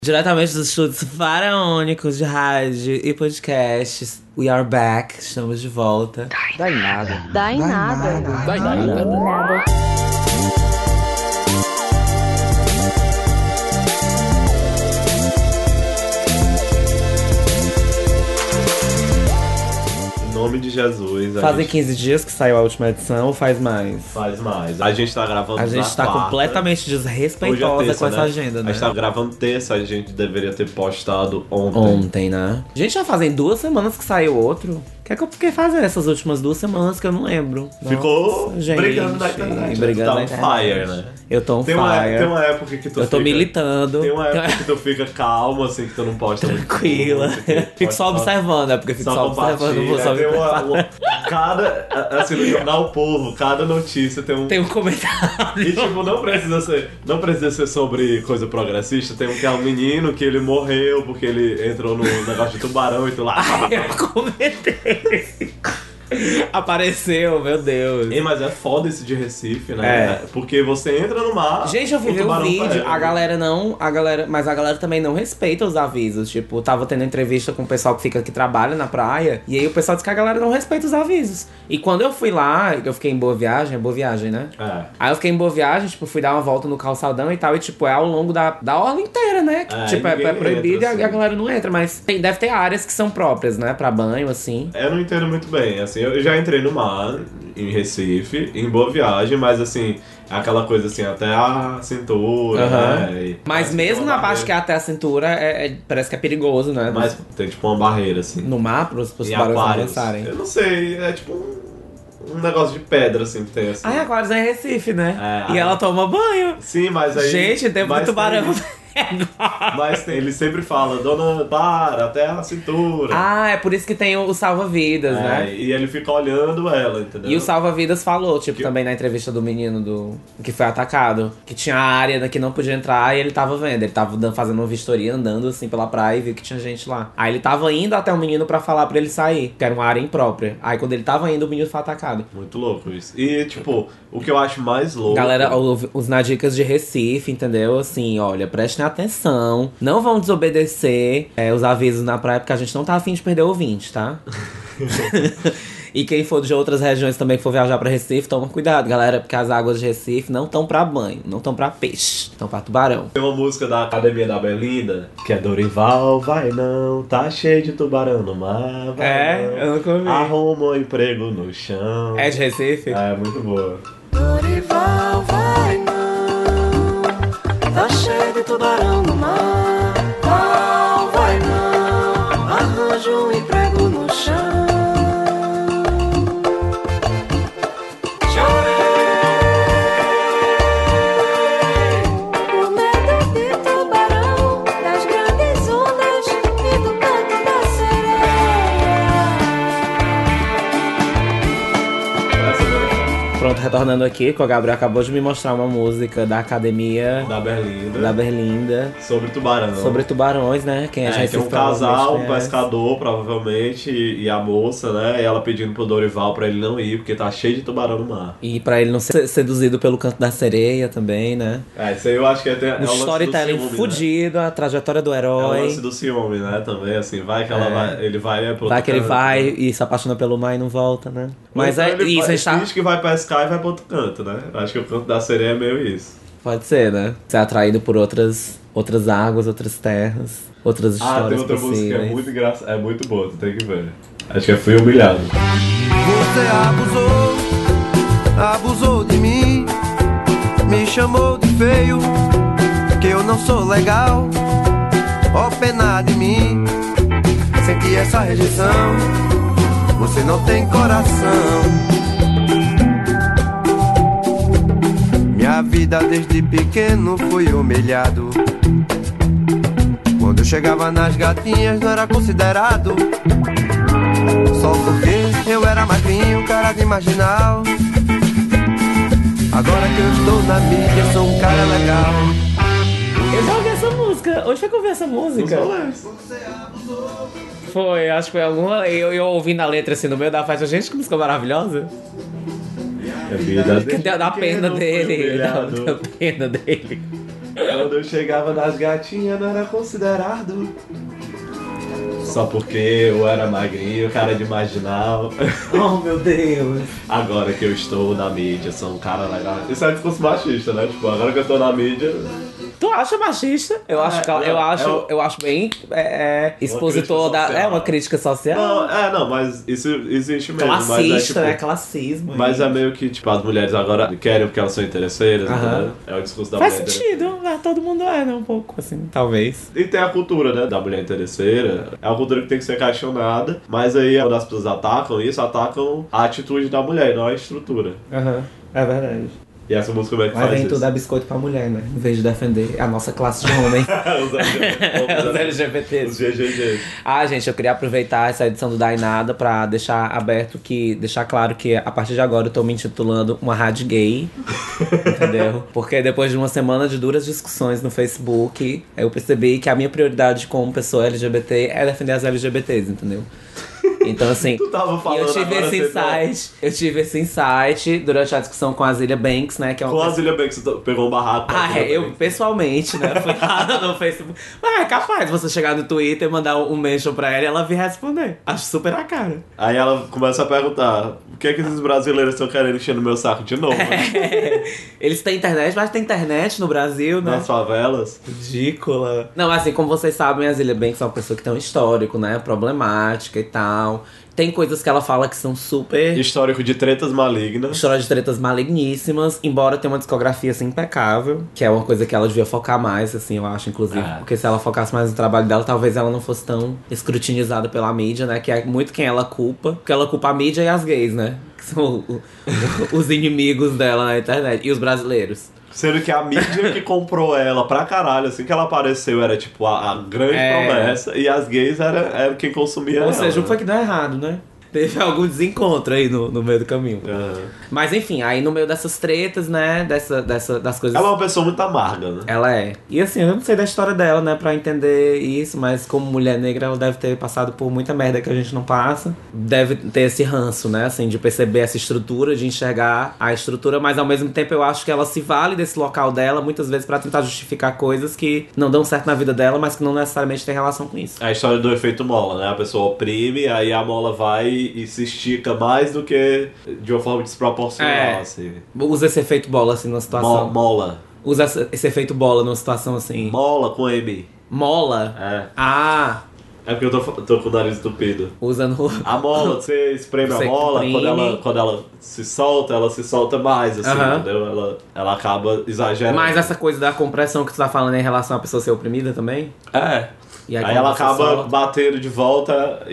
Diretamente dos estúdios faraônicos de rádio e podcasts, we are back, estamos de volta. Dá em nada. Dá em nada. Dá em nada. Em nome de Jesus. Fazem 15 dias que saiu a última edição ou faz mais? Faz mais. A gente tá gravando A gente tá quarta. completamente Hoje é desrespeitosa terça, com essa né? agenda, A né? gente tá gravando terça, a gente deveria ter postado ontem. Ontem, né? Gente, já fazem 2 semanas que saiu outro. O que é fazer essas últimas 2 semanas que eu não lembro? Ficou Nossa, gente, brigando na internet. brigando tá na on internet. fire, né? Eu tô on Tem fire. uma época que tu Eu tô fica... militando. Tem uma época que tu fica calmo, assim, que tu não posta muito. Tranquila. Fico só observando, é porque fico só observando. Não vou só me Tem preparar. cada, assim, no Jornal Povo, cada notícia tem um... Tem um comentário. E tipo, não precisa ser sobre coisa progressista. Tem um que é um menino que ele morreu porque ele entrou no negócio de tubarão e tu lá. Eu comentei. Apareceu, meu Deus. Ei, mas é foda esse de Recife, né? É. Porque você entra no mar. Gente, eu fui ver o tubarão vídeo, pega. mas a galera também não respeita os avisos. Tipo, tava tendo entrevista com o pessoal que trabalha na praia, e aí o pessoal disse que a galera não respeita os avisos. E quando eu fui lá, eu fiquei em Boa Viagem, né? É. Aí eu fiquei em Boa Viagem, tipo, fui dar uma volta no calçadão e tal, e tipo, é ao longo da orla inteira, né? É, Tipo, ninguém é proibido entra, e a assim. galera não entra, mas deve ter áreas que são próprias, né? Pra banho, assim. Eu não entendo muito bem, assim, eu já entrei no mar em Recife, em Boa Viagem, mas assim, é aquela coisa assim, até a cintura, Aham. né? E Mas parece mesmo tem na uma parte que é barreira. até a cintura, parece que é perigoso, né? Mas tem tipo uma barreira, assim. No mar, pros Em tubarões não aquários. avançarem. Eu não sei, é tipo um negócio de pedra, assim, que tem assim. Ai, Aquários é em Recife, né? É, E ela toma banho. Sim, mas aí... Gente, tem mas muito tubarão. Mas ele sempre fala, dona, para, até a cintura. Ah, é por isso que tem o salva-vidas, né? E ele fica olhando ela, entendeu? E o salva-vidas falou, tipo, Que- também na entrevista do menino que foi atacado, que tinha a área que não podia entrar e ele tava vendo. Ele tava fazendo uma vistoria, andando assim pela praia e viu que tinha gente lá. Aí ele tava indo até o menino pra falar pra ele sair, que era uma área imprópria. Aí quando ele tava indo, o menino foi atacado. Muito louco isso. E, tipo, o que eu acho mais louco... Galera, os Nadicas de Recife, entendeu? Assim, olha, prestem atenção. Não vão desobedecer os avisos na praia, porque a gente não tá afim de perder o ouvinte, tá? E quem for de outras regiões também que for viajar pra Recife, toma cuidado, galera, porque as águas de Recife não estão pra banho, não estão pra peixe, estão pra tubarão. Tem uma música da Academia da Belinda, que é Dorival, vai não, tá cheio de tubarão no mar, vai não. Eu nunca ouvi. Arruma um emprego no chão. É de Recife? É, muito boa. Dorival, vai não. Tá cheio de tubarão no mar. Vai não. Arranja um emprego no chão. Chorei por medo de tubarão, das grandes ondas e do canto da sereia. Pronto, retornando aqui, que o Gabriel acabou de me mostrar uma música da Academia Da Berlinda. da Berlinda Sobre tubarão. sobre tubarões, né? Quem é de Tem Recife um casal, um provavelmente conhece. pescador, provavelmente, e a moça, né? E ela pedindo pro Dorival pra ele não ir, porque tá cheio de tubarão no mar. E pra ele não ser seduzido pelo canto da sereia também, né? Isso aí eu acho que é, é o Um lance do storytelling ciúme, né? fudido, a trajetória do É o herói. lance do ciúme, né? Também, assim, vai que ele vai pro Vai outro que ele canto, vai né? e se apaixona pelo mar e não volta, né? Mas Então é ele isso, a gente tá... finge que vai pescar e vai pro outro canto, né? Acho que o canto da sereia é meio isso. Pode ser, né? Ser atraído por outras águas, outras terras, outras Tem histórias outra música que é possíveis. muito engraçada, é muito boa, tu tem que ver. Acho que Fui Humilhado. Você abusou de mim, me chamou de feio, que eu não sou legal, ó pena de mim, senti essa rejeição, você não tem coração. Minha vida desde pequeno foi humilhado, quando eu chegava nas gatinhas não era considerado, só porque eu era magrinho, cara de marginal. Agora que eu estou na mídia, sou um cara legal. Eu já ouvi essa música. Onde foi que eu ouvi essa música? Foi, acho que foi alguma... Eu ouvindo a letra assim no meio da festa. Gente, que música maravilhosa. Minha vida Que dá pena pequeno, fui dele. Dá humilhado. pena dele. Quando eu chegava nas gatinhas não era considerado. Só porque eu era magrinho, cara de marginal. Oh, meu Deus. Agora que eu estou na mídia, sou um cara legal. Isso é discurso machista, né? Tipo, agora que eu tô na mídia... Tu acha machista? Eu acho que eu acho bem expositor da. social. É uma crítica social. Não, mas isso existe mesmo. Classista, mas é, tipo, né? Classismo. Mas é meio que, tipo, as mulheres agora querem porque elas são interesseiras, né? É o discurso da Faz mulher. sentido, né? Todo mundo é, né? Um pouco, assim, talvez. E tem a cultura, né, da mulher interesseira. É uma cultura que tem que ser questionada, mas aí quando as pessoas atacam isso, atacam a atitude da mulher, não a estrutura. É verdade. E essa música como é que Mas faz nem isso? tudo é biscoito pra mulher, né? Em vez de defender a nossa classe de homem. Os LGBTs. Os GGG. Gente, eu queria aproveitar essa edição do Dainada pra deixar claro que a partir de agora eu tô me intitulando uma rádio gay. Entendeu? Porque depois de uma semana de duras discussões no Facebook, eu percebi que a minha prioridade como pessoa LGBT é defender as LGBTs, entendeu? Então, assim, Tu tava falando eu tive esse insight durante a discussão com a Zilia Banks, né? Que é uma Com a Zilia Banks, você pegou um barraco. eu pessoalmente, né? Fui lá no Facebook. Mas é capaz você chegar no Twitter e mandar um mention pra ela e ela vir responder. Acho super a cara. Aí ela começa a perguntar: o que é que esses brasileiros estão querendo encher no meu saco de novo? Né? Eles têm internet, mas tem internet no Brasil, né? Nas favelas. Ridícula. Não, assim, como vocês sabem, a Zilia Banks é uma pessoa que tem um histórico, né? Problemática e tal. Tem coisas que ela fala que são super... Histórico de tretas malignas. História de tretas maligníssimas, embora tenha uma discografia assim, impecável, que é uma coisa que ela devia focar mais, assim, eu acho, inclusive. Porque se ela focasse mais no trabalho dela, talvez ela não fosse tão escrutinizada pela mídia, né? Que é muito quem ela culpa. Porque ela culpa a mídia e as gays, né? Que são os inimigos dela na internet. E os brasileiros. Sendo que a mídia que comprou ela pra caralho, assim que ela apareceu, era tipo a grande promessa. E as gays era quem consumia ela. Ou seja, o que foi que deu errado, né? Teve algum desencontro aí no meio do caminho. Mas enfim, aí no meio dessas tretas, né? Das coisas. Ela é uma pessoa muito amarga, né? Ela é. E assim, eu não sei da história dela, né, pra entender isso, mas como mulher negra, ela deve ter passado por muita merda que a gente não passa. Deve ter esse ranço, né, assim, de perceber essa estrutura, de enxergar a estrutura, mas ao mesmo tempo eu acho que ela se vale desse local dela, muitas vezes pra tentar justificar coisas que não dão certo na vida dela, mas que não necessariamente tem relação com isso. A história do efeito mola, né? A pessoa oprime, aí a mola vai e se estica mais do que de uma forma desproporcional, assim. Usa esse efeito bola, assim, numa situação. Mola. Usa esse efeito bola numa situação assim. Mola com M. Mola? É. Ah! É porque eu tô com o nariz entupido. Usa no... A mola, você espreme Você a mola, comprime. quando ela se solta mais, assim, entendeu? Ela acaba exagerando. Mas essa coisa da compressão que tu tá falando é em relação à pessoa ser oprimida também? É. E aí ela você acaba solta. batendo de volta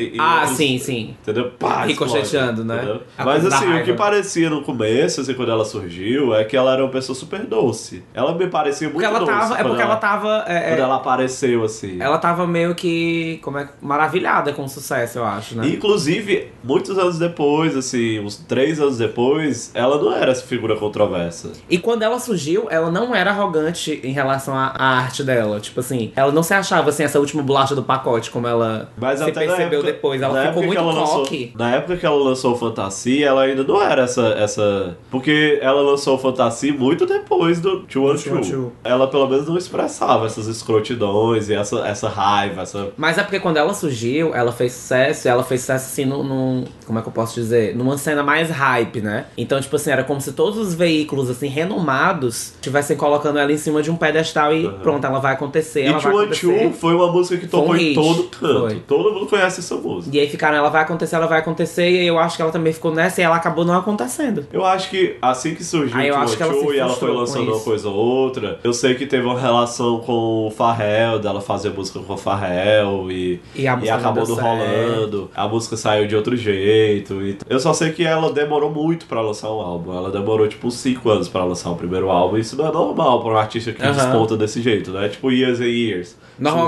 Sim. Entendeu? Pá, Ricocheteando, né? Entendeu? A Mas coisa da assim, o que raiva. parecia no começo, assim, quando ela surgiu, é que ela era uma pessoa super doce. Ela me parecia muito Porque ela doce. tava... É porque ela tava... Quando ela apareceu, assim. Ela tava meio que... maravilhada com o sucesso, eu acho, né? E, inclusive, muitos anos depois, assim, uns 3 anos depois, ela não era essa figura controversa. E quando ela surgiu, ela não era arrogante em relação à arte dela. Tipo assim, ela não se achava assim, essa última bolacha do pacote, como ela Mas se até na percebeu época- depois. na Ela ficou época muito que ela lançou- coque. Na época que ela lançou Fantasia, ela ainda não era essa... Porque ela lançou Fantasia muito depois do 212. Ela pelo menos não expressava essas escrotidões e essa raiva, essa... Mas é porque quando ela surgiu, ela fez sucesso, e ela fez sucesso assim num como é que eu posso dizer? Numa cena mais hype, né? Então, tipo assim, era como se todos os veículos, assim, renomados, estivessem colocando ela em cima de um pedestal e pronto, ela vai acontecer, E ela vai 212 acontecer. foi uma música que tocou um em hit. todo canto. Foi. Todo mundo conhece essa música. E aí ficaram, ela vai acontecer, e aí eu acho que ela também ficou nessa e ela acabou não acontecendo. Eu acho que assim que surgiu Aí eu o acho que ela se 212 e ela foi frustrou com lançando uma isso. coisa ou outra, eu sei que teve uma relação com o Pharrell, dela fazer música com o Pharrell e a música acabou não não deu certo. rolando. A música saiu de outro jeito. Eu só sei que ela demorou muito pra lançar um álbum. Ela demorou tipo 5 anos pra lançar o primeiro álbum. Isso não é normal pra um artista que desponta desse jeito, né? Tipo Years and Years. Normalmente Surgiu, quando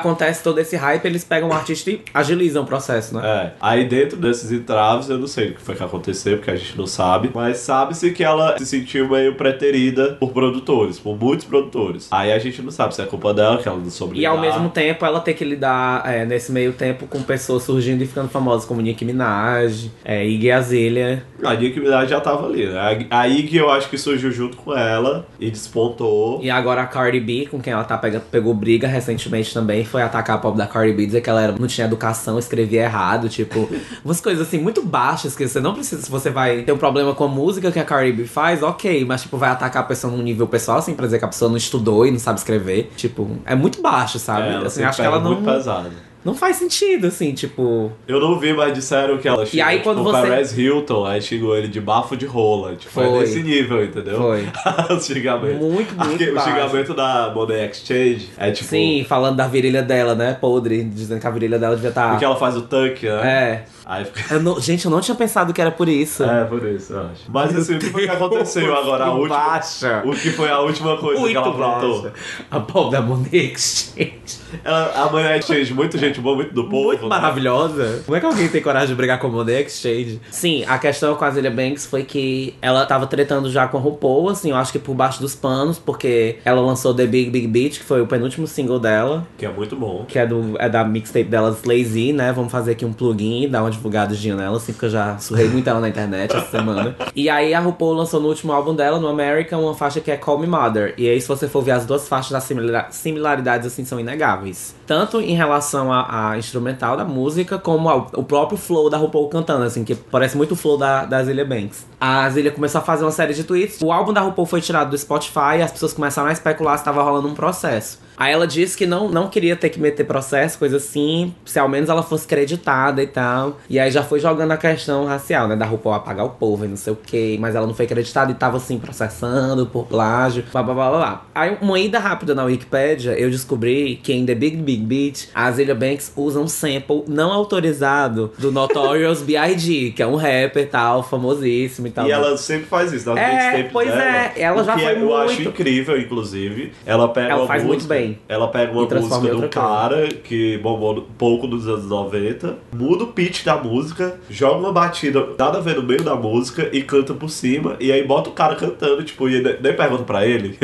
acontece todo esse hype, eles pegam o artista e agilizam o processo, né? Aí dentro desses entraves, eu não sei o que foi que aconteceu, porque a gente não sabe, mas sabe-se que ela se sentiu meio preterida por produtores, por muitos produtores. Aí a gente não sabe se é culpa dela, que ela não soube E ao lidar. mesmo tempo, ela ter que lidar, nesse meio tempo, com pessoas surgindo e ficando famosas, como Nicki Minaj, Iggy Azalea. A Nicki Minaj já tava ali, né? A Iggy eu acho que surgiu junto com ela e despontou. E agora a Cardi B, com quem ela pegou briga recentemente também, foi atacar a pobre da Cardi B, dizer que ela não tinha educação, escrevia errado, tipo, umas coisas assim muito baixas que você não precisa, se você vai ter um problema com a música que a Cardi B faz, ok, mas tipo, vai atacar a pessoa num nível pessoal, assim, pra dizer que a pessoa não estudou e não sabe escrever, tipo, é muito baixo, sabe? Ela Assim, se acho que ela pega não... muito pesado. Não faz sentido, assim, tipo... Eu não vi, mas disseram que ela xingou, aí, quando tipo, você- o Perez Hilton, aí xingou ele de bafo de rola. Tipo, Foi. é nesse nível, entendeu? Foi. O xingamento. Muito O baixo. xingamento da Money Exchange é tipo... Sim, falando da virilha dela, né? Podre, dizendo que a virilha dela devia estar... Porque ela faz o tanque, né? É. Aí fica... Gente, eu não tinha pensado que era por isso. É, por isso, eu acho. Mas assim, o que foi que aconteceu agora? A última... Baixa. O que foi a última coisa que ela aprontou? baixa. A pobre da Money Exchange. A Money Exchange, muita gente boa, muito do povo. Muito né? maravilhosa. Como é que alguém tem coragem de brigar com a Money Exchange? Sim, a questão com a Azealia Banks foi que ela tava tretando já com a RuPaul, assim, eu acho que por baixo dos panos, porque ela lançou The Big Big Beat, que foi o penúltimo single dela, Que é muito bom. que é da mixtape dela Lazy, né? Vamos fazer aqui um plugin e dar uma divulgadinha nela, assim, porque eu já surrei muito ela na internet essa semana. E aí a RuPaul lançou no último álbum dela, no American, uma faixa que é Call Me Mother. E aí, se você for ver as duas faixas, as similaridades, assim, são inegáveis. Tanto em relação à instrumental da música, como o próprio flow da RuPaul cantando, assim, que parece muito o flow da Azealia Banks. A Azealia começou a fazer uma série de tweets. O álbum da RuPaul foi tirado do Spotify e as pessoas começaram a especular se tava rolando um processo. Aí ela disse que não queria ter que meter processo, coisa assim, se ao menos ela fosse creditada e tal. E aí já foi jogando a questão racial, né? Da RuPaul apagar o povo e não sei o quê. Mas ela não foi creditada e tava, assim, processando por plágio, blá, blá, blá, blá, blá. Aí, uma ida rápida na Wikipédia, eu descobri que em The Big Big Beat, a Azealia Banks usa um sample não autorizado do Notorious B.I.G., que é um rapper, tal, famosíssimo e tal. E ela sempre faz isso, nas mixtapes pois dela. é, ela já O que foi eu acho muito- incrível, inclusive. Ela pega Ela uma faz muito música, bem. Ela pega uma E transforma música em de um outra coisa. cara que bombou um pouco nos anos 90, muda o pitch da música, joga uma batida nada a ver no meio da música e canta por cima, e aí bota o cara cantando, tipo, e nem pergunta pra ele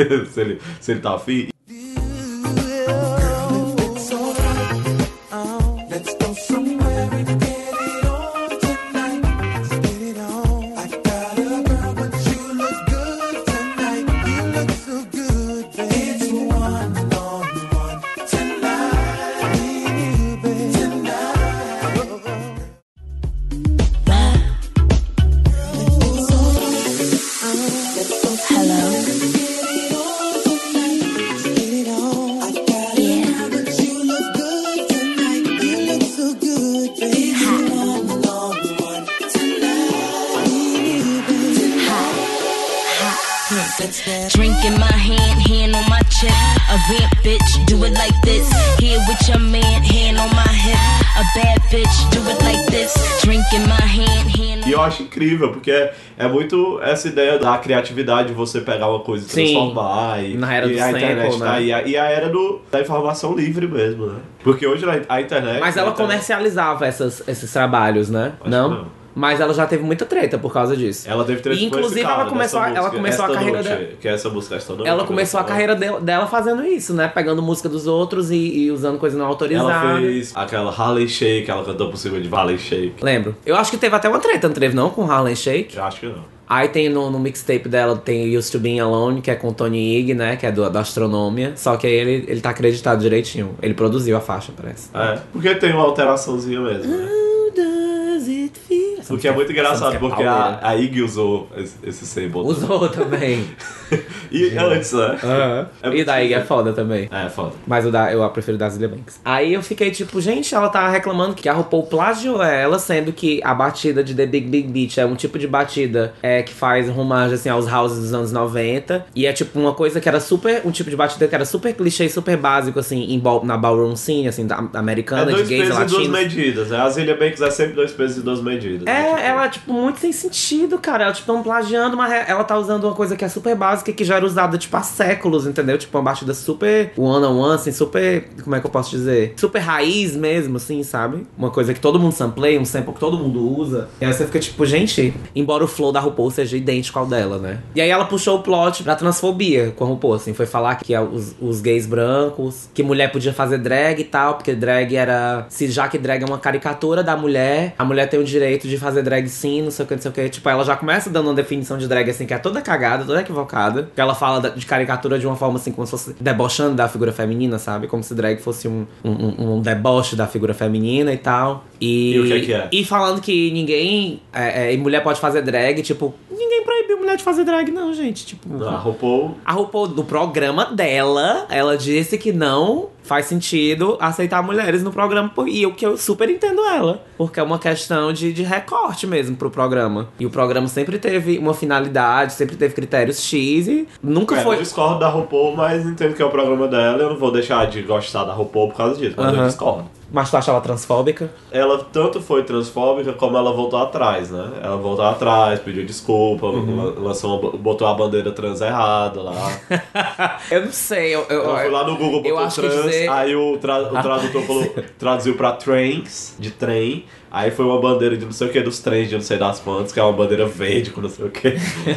se ele tá afim. Let's go somewhere and get it on tonight. Let's get it on. I got a girl, but you look good tonight. You look so good, baby. It's one-on-one tonight. Me and you, baby. Tonight. Hello. Get it on. I got a girl, but you look good tonight. You look so good, baby. One-on-one tonight. Me and you, baby. Let's dance. Drink in my hand on my chest. A vamp bitch, do it like this. Here with your man, hand on my hip. A bad bitch, do it like this. Drink in my hand E eu acho incrível, porque é muito essa ideia da criatividade de você pegar uma coisa e Sim. transformar. Na era do a internet sample, tá né? aí. E a era da informação livre mesmo, né? Porque hoje a internet... Mas ela a internet- comercializava esses trabalhos, né? Acho que Não? não. Mas ela já teve muita treta por causa disso. Ela deve ter E, inclusive, ela começou a carreira dela. Que é essa música Esta Noite. Ela começou a né? carreira dela fazendo isso, né? Pegando música dos outros e usando coisa não autorizada. Ela fez aquela Harlem Shake, ela cantou por cima de Harlem Shake. Lembro. Eu acho que teve até uma treta, não teve não? Com Harlem Shake. Eu acho que não. Aí tem no mixtape dela, tem Used to Be Alone, que é com Tony Ig, né? Que é da Astronomia. Só que aí ele tá acreditado direitinho. Ele produziu a faixa, parece. É, porque tem uma alteraçãozinha mesmo, né? How does it feel? O que é muito engraçado, Essa música é porque pauleira. a Iggy usou esse sample. Usou também. E antes, né? É E muito da Ig é difícil. foda também. É, foda. Mas eu prefiro da Azealia Banks. Aí eu fiquei tipo, gente, ela tá reclamando que a RuPaul plagiou ela, sendo que a batida de The Big Big Beat é um tipo de batida que faz homagem assim aos houses dos anos 90. E é tipo uma coisa que era super, um tipo de batida que era super clichê e super básico assim na ballroom scene, assim, da americana, É de dois gays pesos e duas latinos. medidas. A Azealia Banks é sempre 2 pesos e 2 medidas. né? Ela, tipo, muito sem sentido, cara. Ela, tipo, tão plagiando, mas ela tá usando uma coisa que é super básica, que já era usada, tipo, há séculos, entendeu? Tipo, uma batida super one-on-one, assim, super... Como é que eu posso dizer? Super raiz mesmo, assim, sabe? Uma coisa que todo mundo sampleia, um sample que todo mundo usa. E aí você fica tipo, gente... Embora o flow da RuPaul seja idêntico ao dela, né? E aí ela puxou o plot pra transfobia com a RuPaul, assim. Foi falar que os gays brancos... Que mulher podia fazer drag e tal, porque drag era... Já que drag é uma caricatura da mulher, a mulher tem o direito de fazer drag sim, não sei o que, não sei o que. Tipo, ela já começa dando uma definição de drag, assim, que é toda cagada, toda equivocada. Que ela fala de caricatura de uma forma, assim, como se fosse debochando da figura feminina, sabe? Como se drag fosse um deboche da figura feminina e tal. E o que é? E falando que ninguém... mulher pode fazer drag, tipo... Ninguém proibiu mulher de fazer drag, não, gente. Tipo... A RuPaul... A RuPaul, no programa dela, ela disse que não faz sentido aceitar mulheres no programa. E o que eu super entendo ela. Porque é uma questão de recorte mesmo pro programa. E o programa sempre teve uma finalidade, sempre teve critérios X e nunca foi... Eu discordo da RuPaul, mas entendo que é o programa dela. Eu não vou deixar de gostar da RuPaul por causa disso, mas eu discordo. Mas tu acha ela transfóbica? Ela tanto foi transfóbica como ela voltou atrás, né? Ela voltou atrás, pediu desculpa, botou a bandeira trans errada lá. Eu não sei. Eu fui lá no Google, botou trans, aí o tradutor falou, traduziu pra trans, de trem. Aí foi uma bandeira de não sei o que, dos trens de não sei das quantas, que é uma bandeira verde com não sei o que.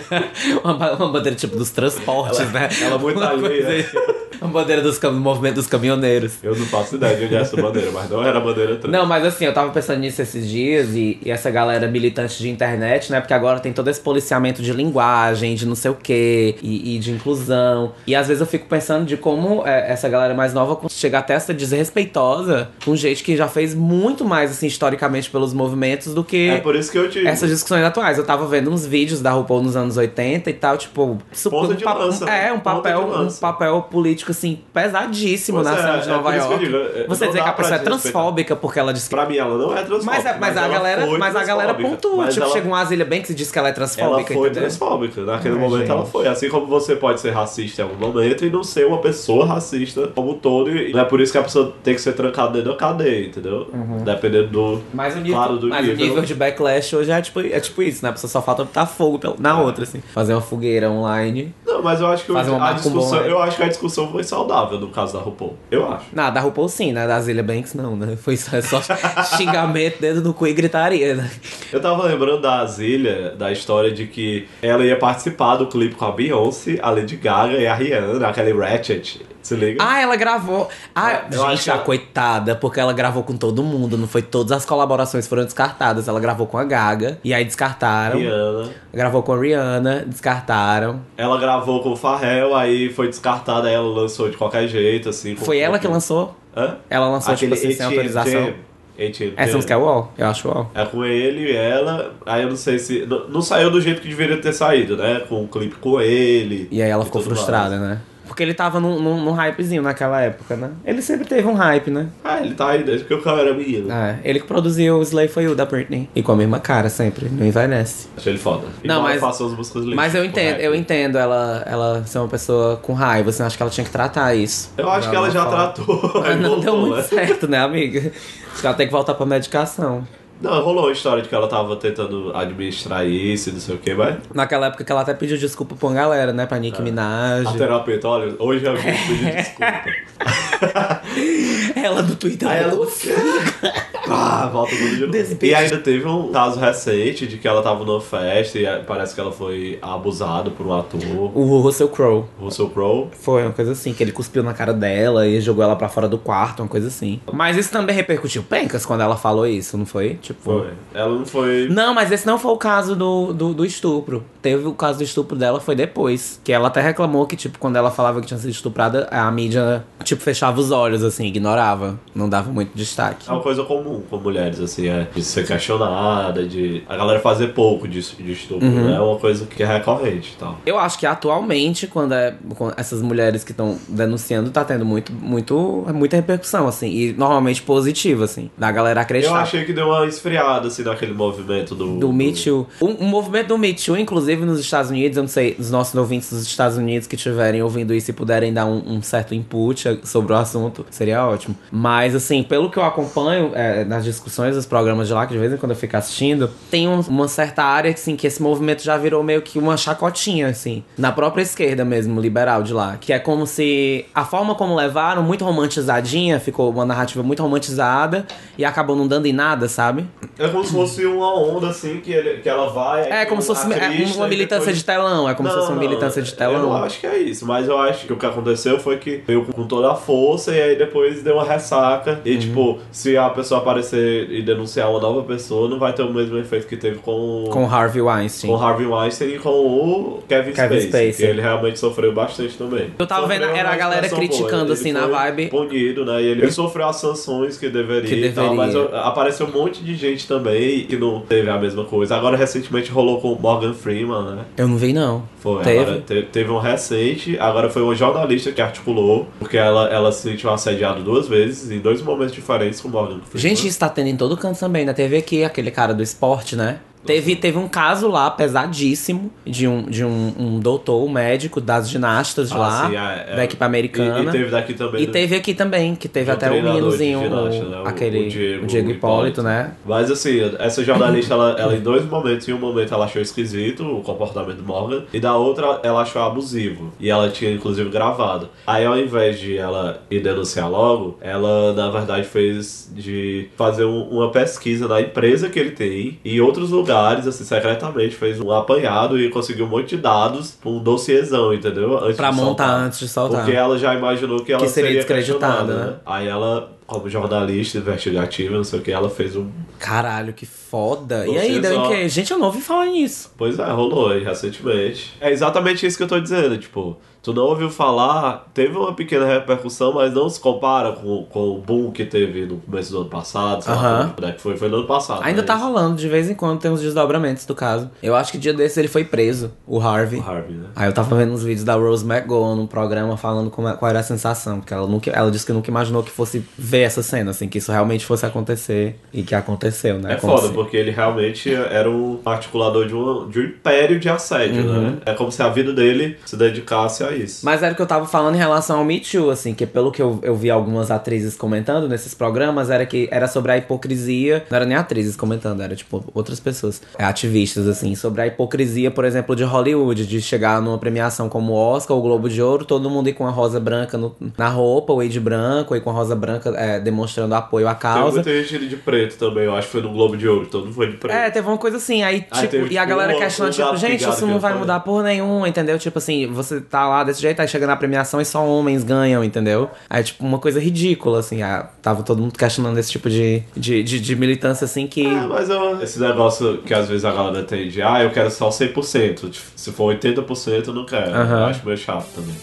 uma bandeira tipo dos transportes, né? Ela muito alheia. Uma bandeira do movimento dos caminhoneiros. Eu não faço ideia de onde é essa bandeira, mas não era a bandeira trans. Não, mas assim, eu tava pensando nisso esses dias e essa galera militante de internet, né? Porque agora tem todo esse policiamento de linguagem, de não sei o que, e de inclusão. E às vezes eu fico pensando de como essa galera mais nova chega até a ser desrespeitosa com gente que já fez muito mais, assim, historicamente pelos movimentos do que... É por isso que eu digo. Essas discussões atuais. Eu tava vendo uns vídeos da RuPaul nos anos 80 e tal, tipo... Ponta de lança. Um papel político, assim, pesadíssimo na cena de Nova York. Você dizer que a pessoa é transfóbica porque ela diz que... Pra mim, ela não é transfóbica. Mas a galera pontua. Tipo, chega uma Azealia Banks e diz que ela é transfóbica, ela foi entendeu? transfóbica. Naquele momento ela foi. Assim como você pode ser racista em algum momento e não ser uma pessoa racista como um todo. E não é por isso que a pessoa tem que ser trancada dentro da cadeia, entendeu? Dependendo do... Mas o nível de backlash hoje é tipo isso, né? A pessoa só falta botar fogo na outra, assim. Fazer uma fogueira online. Não, mas eu acho que a discussão foi saudável no caso da RuPaul. Eu acho. Não, da RuPaul sim, né? Da Azealia Banks não, né? Foi só xingamento dentro do cu e gritaria, né? Eu tava lembrando da Azealia, da história de que ela ia participar do clipe com a Beyoncé, a Lady Gaga e a Rihanna, aquele Ratchet. Se liga? Ah, ela gravou. Gente, a coitada, porque ela gravou com todo mundo, não foi? Todas as colaborações foram descartadas. Ela gravou com a Gaga, e aí descartaram. Rihanna. Gravou com a Rihanna, descartaram. Ela gravou com o Pharrell, aí foi descartada, aí ela lançou de qualquer jeito, assim. Foi ela que lançou? Hã? Ela lançou, tipo assim, sem autorização? Essa música é UOL? Eu acho UOL. É com ele e ela, aí eu não sei se... Não saiu do jeito que deveria ter saído, né? Com o clipe com ele. E aí ela ficou frustrada, né? Porque ele tava num hypezinho naquela época, né? Ele sempre teve um hype, né? Ele tá aí desde que o cara era menino. Ele que produziu o Slay For You da Britney. E com a mesma cara sempre, não envelhece. Achei ele foda. Não, mas faço as músicas mas eu entendo ela ser uma pessoa com raiva. Assim, acho que ela tinha que tratar isso. Eu acho que ela já tratou. Mas não deu muito certo, né, amiga? Acho que ela tem que voltar pra medicação. Não, rolou uma história de que ela tava tentando administrar isso e não sei o que, mas... Naquela época que ela até pediu desculpa pra uma galera, né? Pra Nicki Minaj. A terapeuta, olha, hoje eu vim pedir desculpa. Ela do Twitter. Aí ela... volta tudo de novo. E ainda teve um caso recente de que ela tava numa festa e parece que ela foi abusada por um ator. O Russell Crowe. Russell Crowe. Foi uma coisa assim, que ele cuspiu na cara dela e jogou ela pra fora do quarto, uma coisa assim. Mas isso também repercutiu pencas quando ela falou isso, não foi? Tipo... Foi. Ela não foi... Não, mas esse não foi o caso do estupro. Teve o caso do estupro dela, foi depois. Que ela até reclamou que, tipo, quando ela falava que tinha sido estuprada, a mídia, tipo, fechava os olhos, assim, ignorava. Não dava muito destaque. É uma coisa comum com mulheres, assim, de ser questionada, de a galera fazer pouco de estupro, né? É uma coisa que é recorrente e tal. Eu acho que atualmente, quando essas mulheres que estão denunciando, tá tendo muita repercussão, assim. E normalmente positiva, assim. Da galera acreditar. Eu achei que deu uma esfriada, assim, naquele movimento do Me Too. O movimento do Me Too, inclusive nos Estados Unidos, eu não sei, os nossos ouvintes dos Estados Unidos que estiverem ouvindo isso e puderem dar um certo input sobre o assunto, seria ótimo. Mas, assim, pelo que eu acompanho nas discussões dos programas de lá, que de vez em quando eu fico assistindo, tem uma certa área, assim, que esse movimento já virou meio que uma chacotinha, assim. Na própria esquerda mesmo, liberal de lá. Que é como se a forma como levaram, muito romantizadinha, ficou uma narrativa muito romantizada e acabou não dando em nada, sabe? É como se fosse uma onda, assim, que ela vai... É como se fosse uma militância de telão. É como se fosse uma militância de telão. Eu não acho que é isso, mas eu acho que o que aconteceu foi que veio com toda a força e aí depois deu uma ressaca. E, tipo, se a pessoa aparecer e denunciar uma nova pessoa, não vai ter o mesmo efeito que teve com Harvey Weinstein. Com Harvey Weinstein e com o Kevin Spacey. Que ele realmente sofreu bastante também. Eu tava vendo, era a galera criticando, assim, na vibe. Punido, né? E ele sofreu as sanções que deveria. E tal, mas apareceu um monte de gente também que não teve a mesma coisa. Agora, recentemente, rolou com o Morgan Freeman, né? Eu não vi, não. Foi. Teve um recente. Agora foi uma jornalista que articulou, porque ela se sentiu assediada 2 vezes, em 2 momentos diferentes com o Morgan Freeman. Gente, isso tá tendo em todo canto também. Na TV aqui, aquele cara do esporte, né? Teve um caso lá pesadíssimo de um doutor, um médico das ginastas de lá, sim, da equipe americana. E teve daqui também. E teve aqui também, que teve até o meninozinho, o Diego Hipólito, né? Mas assim, essa jornalista, ela em 2 momentos, em um momento ela achou esquisito o comportamento do Morgan, e da outra ela achou abusivo. E ela tinha inclusive gravado. Aí ao invés de ela ir denunciar logo, ela na verdade fez de fazer uma pesquisa na empresa que ele tem e em outros lugares, assim, secretamente, fez um apanhado e conseguiu um monte de dados, um dossiêzão, entendeu? Antes de soltar. Porque ela já imaginou que ela seria descreditada, né? Aí ela, como jornalista investigativa, não sei o que, ela fez um... Caralho, que foda. E aí, deu em quê? Gente, eu não ouvi falar nisso. Pois é, rolou aí recentemente. É exatamente isso que eu tô dizendo, tipo... Tu não ouviu falar, teve uma pequena repercussão, mas não se compara com o boom que teve no começo do ano passado, sei lá, né, que foi no ano passado. Ainda tá rolando, de vez em quando tem uns desdobramentos do caso. Eu acho que dia desses ele foi preso, o Harvey. Né? Aí eu tava vendo uns vídeos da Rose McGowan num programa falando qual era a sensação, porque ela disse que nunca imaginou que fosse ver essa cena, assim, que isso realmente fosse acontecer e que aconteceu, né? É foda, porque ele realmente era um articulador de um império de assédio, né? É como se a vida dele se dedicasse a isso. Mas era o que eu tava falando em relação ao Me Too, assim, que pelo que eu vi algumas atrizes comentando nesses programas, era sobre a hipocrisia, não era nem atrizes comentando, era tipo outras pessoas, ativistas, assim, sobre a hipocrisia, por exemplo, de Hollywood, de chegar numa premiação como o Oscar ou o Globo de Ouro, todo mundo ir com a rosa branca na roupa, o Wade branco, e com a rosa branca demonstrando apoio à causa. Tem muita gente de preto também, eu acho que foi no Globo de Ouro, todo mundo foi de preto. Teve uma coisa assim, aí tipo, e a galera questionando, tipo, gente, isso não vai mudar por nenhum, entendeu? Tipo assim, você tá lá desse jeito, aí chega na premiação e só homens ganham, entendeu? Aí, tipo, uma coisa ridícula, assim. Tava todo mundo questionando esse tipo de militância, assim, que... Mas esse negócio que às vezes a galera tem de, eu quero só 100%. Se for 80%, eu não quero. Eu acho meio chato também.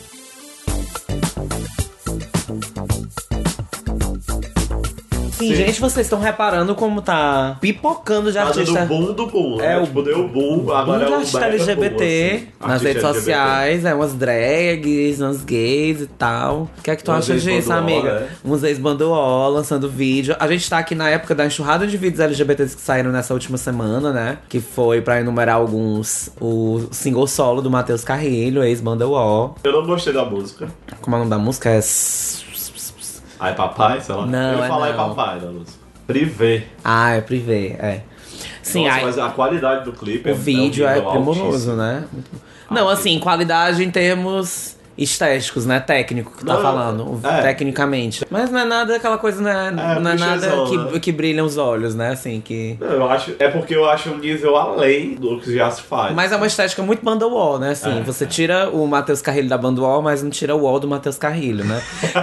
Sim, gente, vocês estão reparando como tá pipocando de artista... Tá dando do boom, né? Tipo, deu boom, agora de artista LGBT boom, assim. nas redes sociais, umas drags, umas gays e tal. O que é que tu acha disso, amiga? Uns ex-bandoó lançando vídeo. A gente tá aqui na época da enxurrada de vídeos LGBTs que saíram nessa última semana, né? Que foi, pra enumerar alguns, o single solo do Matheus Carrilho, ex-bandoó. Eu não gostei da música. Como é o nome da música? É... Ai, papai, sei lá. Não, eu ia falar papai da música. Privé. É Privé, Sim, nossa, mas a qualidade do clipe o vídeo é primoroso, né? Não, assim, qualidade em termos estéticos, né? Técnico que tá falando, tecnicamente. Mas não é nada aquela coisa, né? Não é nada que brilha os olhos, né? Assim, que... Não, eu acho... É porque eu acho um nível além do que já se faz. Mas é uma estética muito banda wall, né? Assim, você tira o Matheus Carrilho da banda wall, mas não tira o wall do Matheus Carrilho, né?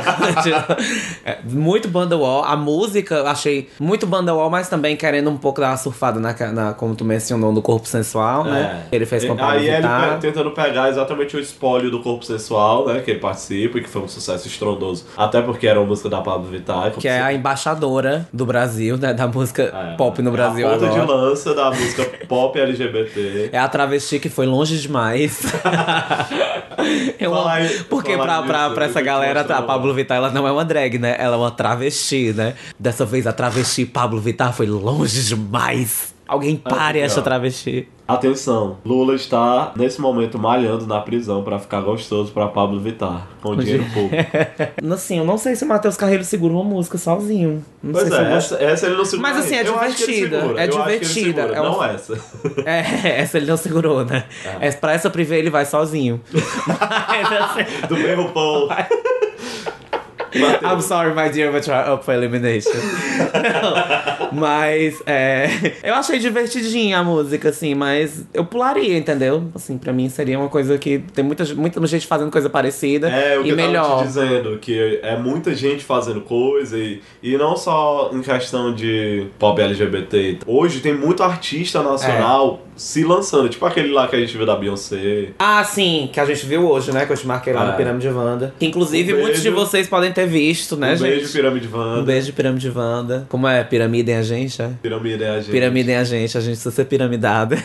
Muito banda wall. A música, eu achei muito banda wall, mas também querendo um pouco dar uma surfada como tu mencionou, no Corpo Sensual, né? Ele fez com a Pablo Vittar. Ele tentando pegar exatamente o espólio do Corpo Sensual, né, que ele participa e que foi um sucesso estrondoso, até porque era uma música da Pablo Vittar, que é a embaixadora do Brasil, né, da música pop no Brasil a ponta agora. De lança da música pop LGBT. É a travesti que foi longe demais. Porque pra essa galera, a Pablo Vittar, ela não é uma drag, né, ela é uma travesti, né. Dessa vez a travesti Pablo Vittar foi longe demais. Alguém pare aqui, essa ó. travesti. Atenção, Lula está nesse momento malhando na prisão pra ficar gostoso pra Pablo Vittar, com dinheiro público. Assim, eu não sei se o Matheus Carreiro segura uma música sozinho. Não Pois sei se eu é, gosto. essa ele não segura. Mas, assim, é Eu acho que ele divertida, segura, é eu acho que ele divertida, segura, é uma- não essa. Essa ele não segurou, né? Pra essa privê ele vai sozinho. Mas, assim, Do mesmo pão. I'm sorry, my dear, but you're up for elimination. Não, mas, eu achei divertidinha a música, assim, mas eu pularia, entendeu? Assim, pra mim seria uma coisa que tem muita gente fazendo coisa parecida É, o que e eu tava melhor. te dizendo, que é muita gente fazendo coisa e não só em questão de pop LGBT. Hoje tem muito artista nacional se lançando, tipo aquele lá que a gente viu da Beyoncé. Ah, sim, que a gente viu hoje, né? Que eu te marquei lá no Pirâmide Wanda. Que inclusive Um muitos de beijo. vocês podem ter visto, né, Um gente? beijo, Pirâmide Wanda. Um beijo, Pirâmide Wanda. Como é? Piramidem a gente, é? Piramidem a gente. Piramidem a gente precisa ser piramidada.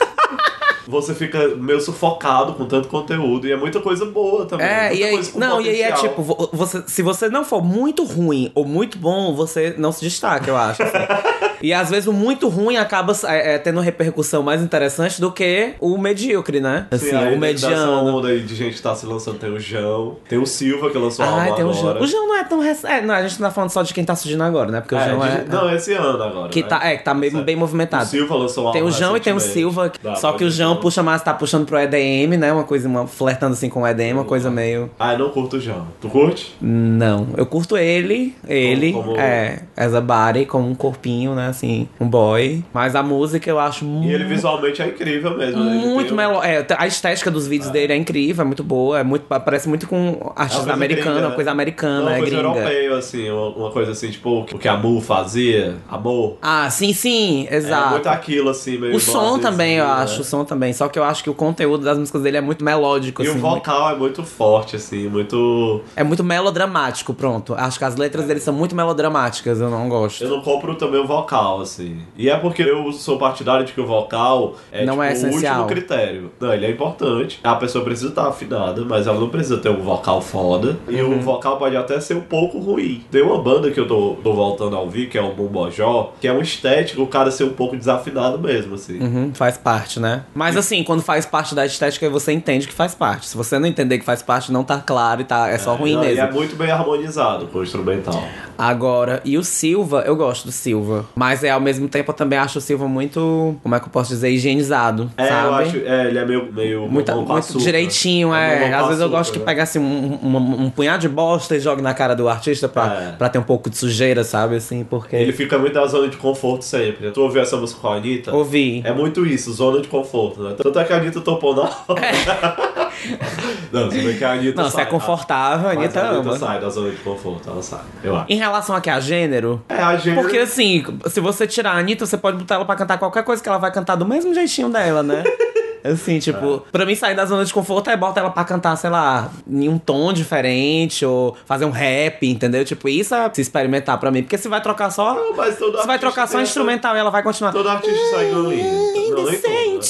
Você fica meio sufocado com tanto conteúdo e é muita coisa boa também. É, muita e aí, coisa com não, e aí é potencial. tipo, se você não for muito ruim ou muito bom, você não se destaca, eu acho. Assim. E às vezes o muito ruim acaba tendo repercussão mais interessante do que o medíocre, né? Assim, Sim, aí o dessa mediano. onda aí de gente que tá se lançando, tem o João, tem o Silva que lançou a Ah, álbum tem o agora. João. O João não é tão recente. Não, a gente não tá falando só de quem tá surgindo agora, né? Porque o João Não, esse ano agora. que né? tá bem O movimentado. Silva lançou um álbum Tem o João e tem o recentemente. Silva, Dá, só que o pode João ir. tá puxando pro EDM, né? Uma coisa, flertando assim com o EDM, uma coisa meio... Ah, eu não curto o João. Tu curte? Não, eu curto ele, Como- as a body, como um corpinho, né, assim, um boy. Mas a música eu acho E ele visualmente é incrível mesmo. né? Ele muito tem a estética dos vídeos dele é incrível, é muito boa, parece muito com artista coisa americana, gringa, uma coisa americana, uma é coisa gringa. europeia, assim, uma coisa assim, tipo, o que a Mu fazia, Amor. Ah, sim, É exato. muito aquilo, assim, meio O som blasé, também, eu né? acho, o som também. Só que eu acho que o conteúdo das músicas dele é muito melódico, E assim. o vocal é muito forte, assim, muito... É muito melodramático, pronto. Acho que as letras dele são muito melodramáticas, eu não gosto. Eu não compro também o vocal, assim. E é porque eu sou partidário de que o vocal é, Não tipo, é o essencial. último critério. Não, ele é importante. A pessoa precisa estar afinada, mas ela não precisa ter um vocal foda. E o vocal pode até ser um pouco ruim. Tem uma banda que eu tô voltando a ouvir, que é o Bumbojó, que é um estético, o cara ser um pouco desafinado mesmo, assim. Uhum, faz parte, né? Mas assim, quando faz parte da estética, você entende que faz parte. Se você não entender que faz parte, não tá claro e é só ruim Não, mesmo. E é muito bem harmonizado com o instrumental. Agora, e o Silva, eu gosto do Silva. Mas ao mesmo tempo eu também acho o Silva muito, como é que eu posso dizer, higienizado, É, sabe? eu acho... ele é meio Muito mamão com açúcar. direitinho, mamão com Às vezes eu açúcar, gosto que né? pega assim um punhado de bosta e joga na cara do artista pra ter um pouco de sujeira, sabe? Assim, porque. Ele fica muito na zona de conforto sempre. Tu ouviu essa música com a Anitta? Ouvi. É muito isso, zona de conforto, né? Tanto é que a Anitta topou na hora. Não, você vê que a Anitta Não, se sai. é confortável, a Mas Anitta a Anitta ama. sai da zona de conforto, ela sai, eu acho. Em relação aqui a gênero. É, a gênero... Porque assim, se você tirar a Anitta, você pode botar ela pra cantar qualquer coisa que ela vai cantar do mesmo jeitinho dela, né? Assim, tipo, pra mim sair da zona de conforto é bota ela pra cantar, sei lá, em um tom diferente, ou fazer um rap, entendeu? Tipo, isso é se experimentar pra mim. Porque se vai trocar só. Não, mas todo Se vai artista trocar só tem essa- instrumental e ela vai continuar. Todo artista sai ganhando. Não, nem todo,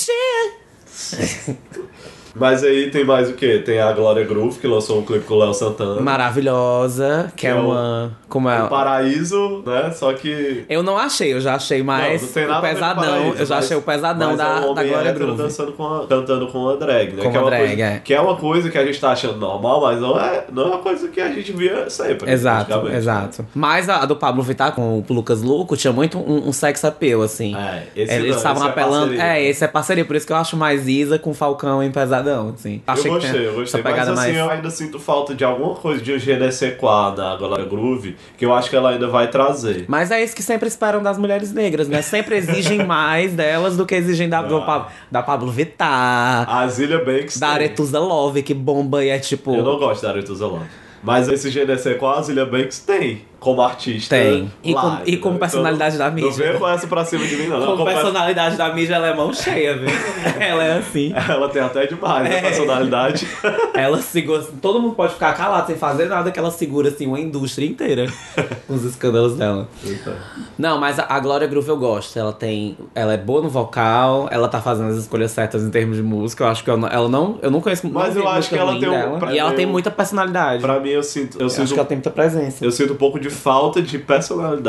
né? Mas aí tem mais o quê? Tem a Glória Groove, que lançou um clipe com o Léo Santana. Maravilhosa, que é o- uma. Como é? O Paraíso, né? Só que... Eu não achei, eu já achei mais não tem o nada a ver com pesadão. Paraíso, Eu já mas- achei o pesadão mas é um da homem Glória hétero Groove. cantando com uma drag, né? Com que é uma uma drag, coisa, é. Que é uma coisa que a gente tá achando normal, mas não é uma coisa que a gente via sempre. Exato, praticamente, exato. Mas a do Pablo Vittar com o Lucas Luco tinha muito um sex appeal, assim. É, esse Eles não, estavam esse é apelando. parceria. Esse é parceria, por isso que eu acho mais Isa com Falcão em Pesadão, assim. Eu Achei que gostei, tem eu gostei. essa pegada Mas assim, mais. eu ainda sinto falta de alguma coisa de um GNC4 na Glória Groove, que eu acho que ela ainda vai trazer. Mas é isso que sempre esperam das mulheres negras, né? Sempre exigem mais delas do que exigem da Pablo Vittar, A Zilia Banks da tem. Arethusa Love, que bomba e é tipo. Eu não gosto da Arethusa Love. Mas esse GNC4 a Zilia Banks tem como artista. Tem. E lá, com entendeu? personalidade da mídia. Não vem com essa pra cima de mim, não. Com Não, personalidade da mídia, ela é mão cheia, viu? Ela é assim. Ela tem até demais, né? É. Personalidade. Ela segura. Todo mundo pode ficar calado sem fazer nada, que ela segura assim uma indústria inteira com os escândalos dela. Não, mas a Glória Groove eu gosto. Ela é boa no vocal, ela tá fazendo as escolhas certas em termos de música. Eu acho que eu não conheço. Mas não eu vi acho música que ela ruim tem dela. E ela tem muita personalidade. Pra mim, eu sinto Eu acho que ela tem muita presença. um pouco de falta de personalidade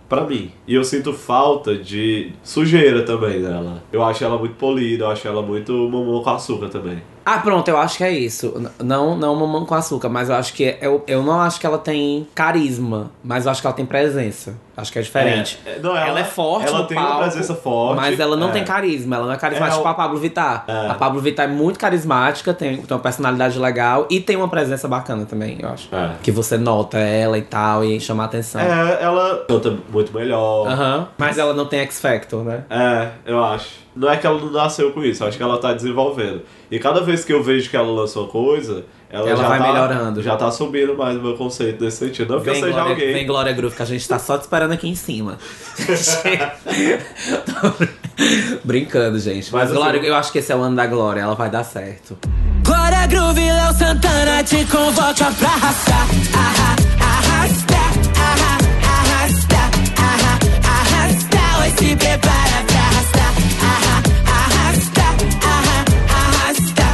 pra mim. E eu sinto falta de sujeira também nela. Eu acho ela muito polida, eu acho ela muito mamão com açúcar também. Ah, pronto, eu acho que é isso. Não mamão com açúcar, mas eu acho que... Eu não acho que ela tem carisma, mas eu acho que ela tem presença. Acho que é diferente. Não, ela é forte ela no tem palco, uma presença forte. mas ela não tem carisma. Ela não é carismática tipo a Pablo Vittar. A Pablo Vittar é muito carismática, tem uma personalidade legal e tem uma presença bacana também, eu acho. Que você nota ela e tal e chama a atenção. Ela canta muito melhor. Mas ela não tem X Factor, né? Eu acho. Não é que ela não nasceu com isso, eu acho que ela tá desenvolvendo. E cada vez que eu vejo que ela lançou coisa, ela já vai tá melhorando. Já tá subindo mais o meu conceito nesse sentido. Não que eu seja alguém. Vem Glória Groove, que a gente tá só te esperando aqui em cima. Brincando, gente. Mas Glória, eu acho que esse é o ano da Glória, ela vai dar certo. Glória Groove, Léo Santana te convoca pra arrastar. Arrasta, arrasta, arrasta. Oi, se prepara pra arrastar. Arrasta, arrasta,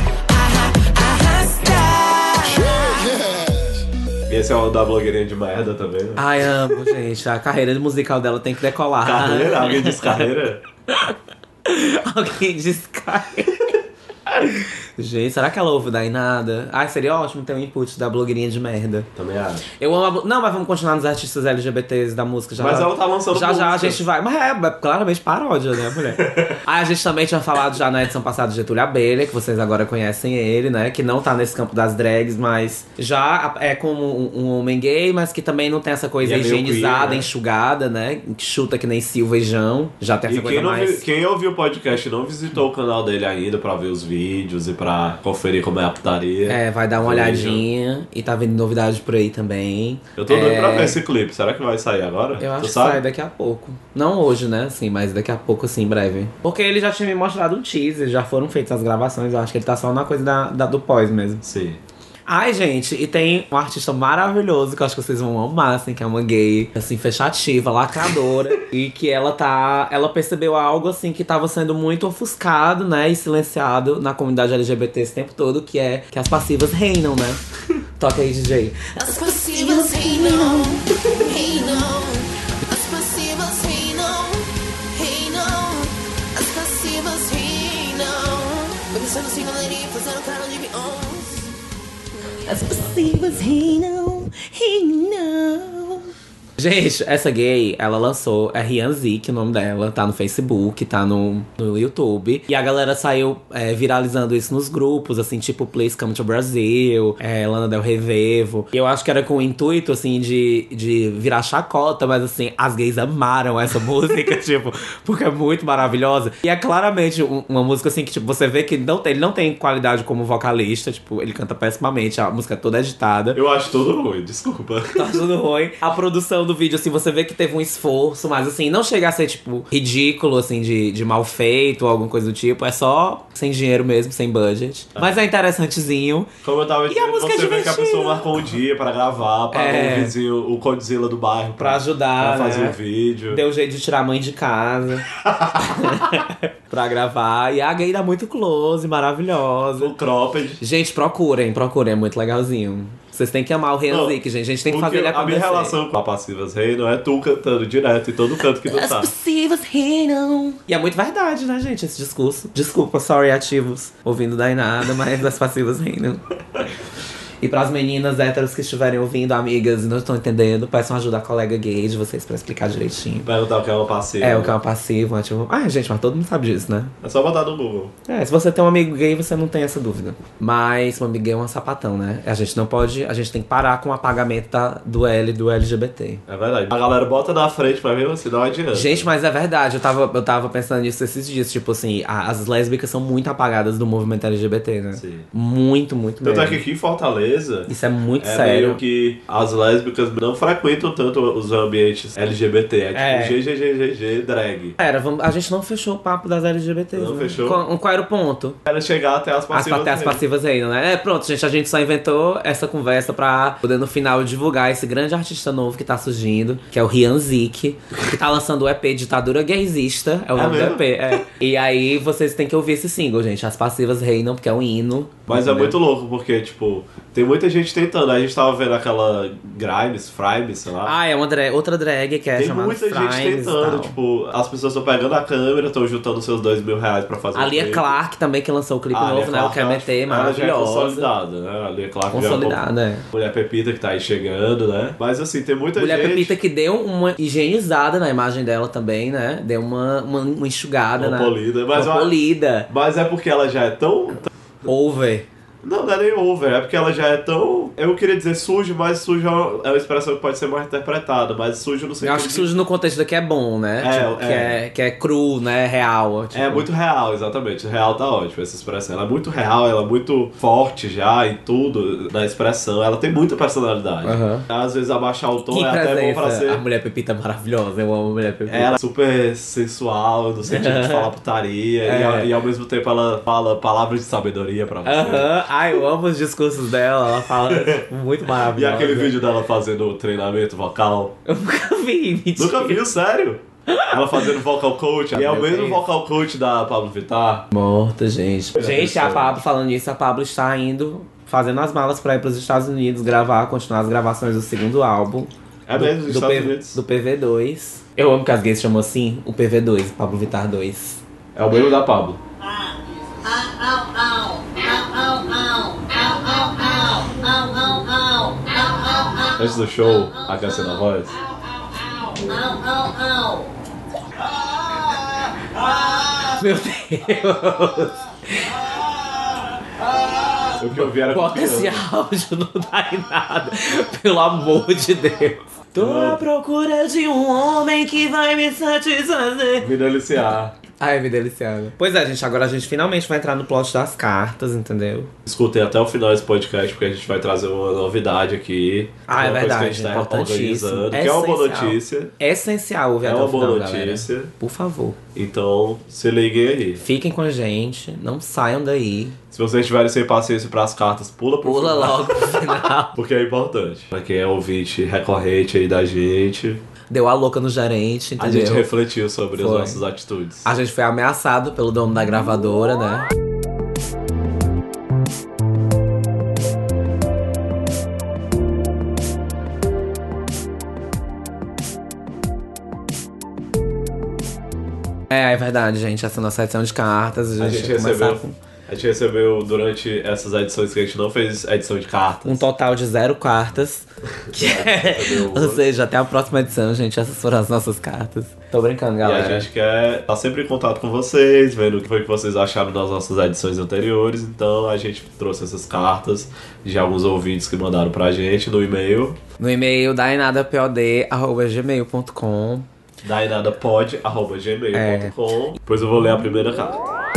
arrasta. Esse é o da blogueirinha de merda também, né? Ai, amo, gente. A carreira musical dela tem que decolar. Carreira? Alguém diz carreira? Alguém diz carreira. Gente, será que ela ouve daí nada? Ai, seria ótimo ter um input da blogueirinha de merda. Também acho. Eu amo Não, mas vamos continuar nos artistas LGBTs da música. Já mas ela tá lançando Já música. a gente vai... Mas é claramente paródia, né, mulher? Aí a gente também tinha falado já na edição passada de Getúlio Abelha, que vocês agora conhecem ele, né? Que não tá nesse campo das drags, mas já é como um homem gay, mas que também não tem essa coisa higienizada, queer, né? Enxugada, né? Que chuta que nem Silva e João. Já tem essa coisa mais... Quem ouviu o podcast e não visitou o canal dele ainda pra ver os vídeos e pra conferir como é a putaria. Vai dar uma olhadinha. E tá vindo novidade por aí também. Eu tô doido pra ver esse clipe. Será que vai sair agora? Eu acho que sai daqui a pouco. Não hoje, né? Assim, mas daqui a pouco, assim, em breve. Porque ele já tinha me mostrado um teaser, já foram feitas as gravações. Eu acho que ele tá só na coisa do pós mesmo. Sim. Ai, gente, e tem um artista maravilhoso que eu acho que vocês vão amar, assim, que é uma gay, assim, fechativa, lacradora. E que ela percebeu algo, assim, que tava sendo muito ofuscado, né, e silenciado na comunidade LGBT esse tempo todo, que é que as passivas reinam, né? Toca aí, DJ. As passivas reinam, reinam. As passivas reinam, reinam. As passivas reinam. Começando singularity, fazendo cara de Beyoncé. As passivas reinam, reinam. Gente, essa gay, ela lançou, é Rian Zik, o nome dela, tá no Facebook, tá no YouTube. E a galera saiu viralizando isso nos grupos, assim, tipo Please Come to Brazil, Lana Del Rey Vevo. E eu acho que era com o intuito, assim, de virar chacota, mas assim, as gays amaram essa música, tipo, porque é muito maravilhosa. E é claramente uma música, assim, que tipo, você vê que ele não tem qualidade como vocalista, tipo, ele canta pessimamente, a música é toda agitada. Eu acho tudo ruim, desculpa. Tá tudo ruim. A produção do vídeo, assim, você vê que teve um esforço, mas assim, não chega a ser, tipo, ridículo, assim, de mal feito ou alguma coisa do tipo. É só sem dinheiro mesmo, sem budget. Mas é interessantezinho. Como eu tava dizendo, a música você é vê que a pessoa divertida. marcou um dia pra gravar, pagou o vizinho, o Condzilla do bairro Pra ajudar, pra fazer né? o vídeo. Deu jeito de tirar a mãe de casa pra gravar. E a gay dá muito close, maravilhosa. O cropped. Gente, procurem, é muito legalzinho. Vocês têm que amar o Rian Zik, gente. A gente tem que fazer ele A acontecer. minha relação com a Passivas Rei não é tu cantando direto em todo canto que tu As tá. passivas reinam. E é muito verdade, né, gente, esse discurso. Desculpa, sorry, ativos, ouvindo daí nada, mas as passivas reinam. E pras meninas héteros que estiverem ouvindo, amigas, e não estão entendendo, peçam ajuda a colega gay de vocês pra explicar direitinho. Perguntar o que é uma passiva. O que é um passivo, um ativo. Ah, gente, mas todo mundo sabe disso, né? É só botar no Google. Se você tem um amigo gay, você não tem essa dúvida. Mas um amigo gay é um sapatão, né? A gente não pode... A gente tem que parar com o apagamento do L do LGBT. É verdade. A galera bota na frente, mas mesmo assim não adianta. Gente, mas é verdade. Eu tava pensando nisso esses dias. Tipo assim, as lésbicas são muito apagadas do movimento LGBT, né? Sim. Muito, muito Tanto mesmo. é que aqui em Fortaleza... Isso é muito é sério. meio que as lésbicas não frequentam tanto os ambientes LGBT. É tipo GGGG drag. A gente não fechou o papo das LGBTs. Não né? fechou? Qual era o ponto? Era chegar até as passivas. Até as passivas reinam, né? Pronto, gente, a gente só inventou essa conversa pra poder no final divulgar esse grande artista novo que tá surgindo, que é o Rian Zik, que tá lançando o EP Ditadura Gaysista, é o nome mesmo? do EP. E aí vocês têm que ouvir esse single, gente. As passivas reinam, porque é um hino Mas é entendeu? muito louco, porque, tipo, tem muita gente tentando. A gente tava vendo aquela Frimes, sei lá. Ah, é uma outra drag que é Tem chamada muita gente Frimes e tentando, tal. tipo, as pessoas estão pegando a câmera, estão juntando seus R$2.000 pra fazer A um Lia clipe. Clark também, que lançou o clipe A Lia novo, né? O Clark, Quer Meter, ela já é maravilhosa. consolidada, né? A Lia Clark já é Consolidada, é. Mulher Pepita que tá aí chegando, né? Mas assim, tem muita Mulher gente... Pepita que deu uma higienizada na imagem dela também, né? Deu uma enxugada, Uma né? polida, mas uma uma- polida. Mas é porque ela já é tão... Over. Não é nem over, é porque ela já é tão... Eu queria dizer sujo, mas sujo é uma expressão que pode ser mais interpretada, mas sujo no sentido Eu acho que sujo no contexto daqui é bom, né? É, Tipo, que é cru, né? Real. Tipo. É muito real, exatamente. Real tá ótimo essa expressão. Ela é muito real, ela é muito forte já em tudo, na expressão. Ela tem muita personalidade. Aham. Às vezes abaixar o tom Que é até bom pra presença. ser... A Mulher Pepita é maravilhosa. Eu amo a Mulher Pepita. Ela é super sensual, no sentido de falar putaria, É. e ao mesmo tempo ela fala palavras de sabedoria pra você. Aham. Ai, eu amo os discursos dela. Ela fala muito E maravilhosa. aquele vídeo dela fazendo treinamento vocal. Eu nunca vi, mentira. Nunca viu, sério? Ela fazendo vocal coach. E é o Meu mesmo Deus. vocal coach da Pablo Vittar. Morta, gente. Gente, a pessoa. Pablo, falando nisso, a Pablo está indo, fazendo as malas pra ir pros Estados Unidos continuar as gravações do segundo álbum. É mesmo, dos Estados Unidos. Do PV2. Eu amo que as gays chamam assim, o PV2, Pablo Vittar 2. É o mesmo da Pablo. Antes do show, aquecendo a voz. Meu Deus! O que eu vi era com Bota esse piano. áudio, não dá em nada. Pelo amor de Deus. Tô à procura de um homem que vai me satisfazer. Me deliciar. Ai, me deliciando. Pois é, gente, agora a gente finalmente vai entrar no plot das cartas, entendeu? Escutem até o final desse podcast, porque a gente vai trazer uma novidade aqui. Ah, é Uma coisa que a verdade, gente tá importantíssimo. organizando, que é uma boa notícia. É essencial ouvir É até uma o final, boa galera. notícia. Por favor. Então, se liguem aí. Fiquem com a gente, não saiam daí. Se vocês tiverem sem paciência pras cartas, pula pro Pula final. logo pro final. Porque é importante. Pra quem é ouvinte recorrente aí da gente, Deu a louca no gerente, a entendeu? gente refletiu sobre as Foi. nossas atitudes. A gente foi ameaçado pelo dono da gravadora, né? É verdade, gente. Essa é a nossa edição de cartas. A gente vai começar recebeu, com a gente recebeu durante essas edições que a gente não fez edição de cartas. um total de 0 cartas. Que recebeu Ou seja, até a próxima edição, gente. Essas foram as nossas cartas. Tô brincando, E galera. a gente quer estar sempre em contato com vocês, vendo o que foi que vocês acharam das nossas edições anteriores. Então a gente trouxe essas cartas de alguns ouvintes que mandaram pra gente no e-mail. No e-mail dainadapod@gmail.com. dainadapod@gmail.com. Depois eu vou ler a primeira carta.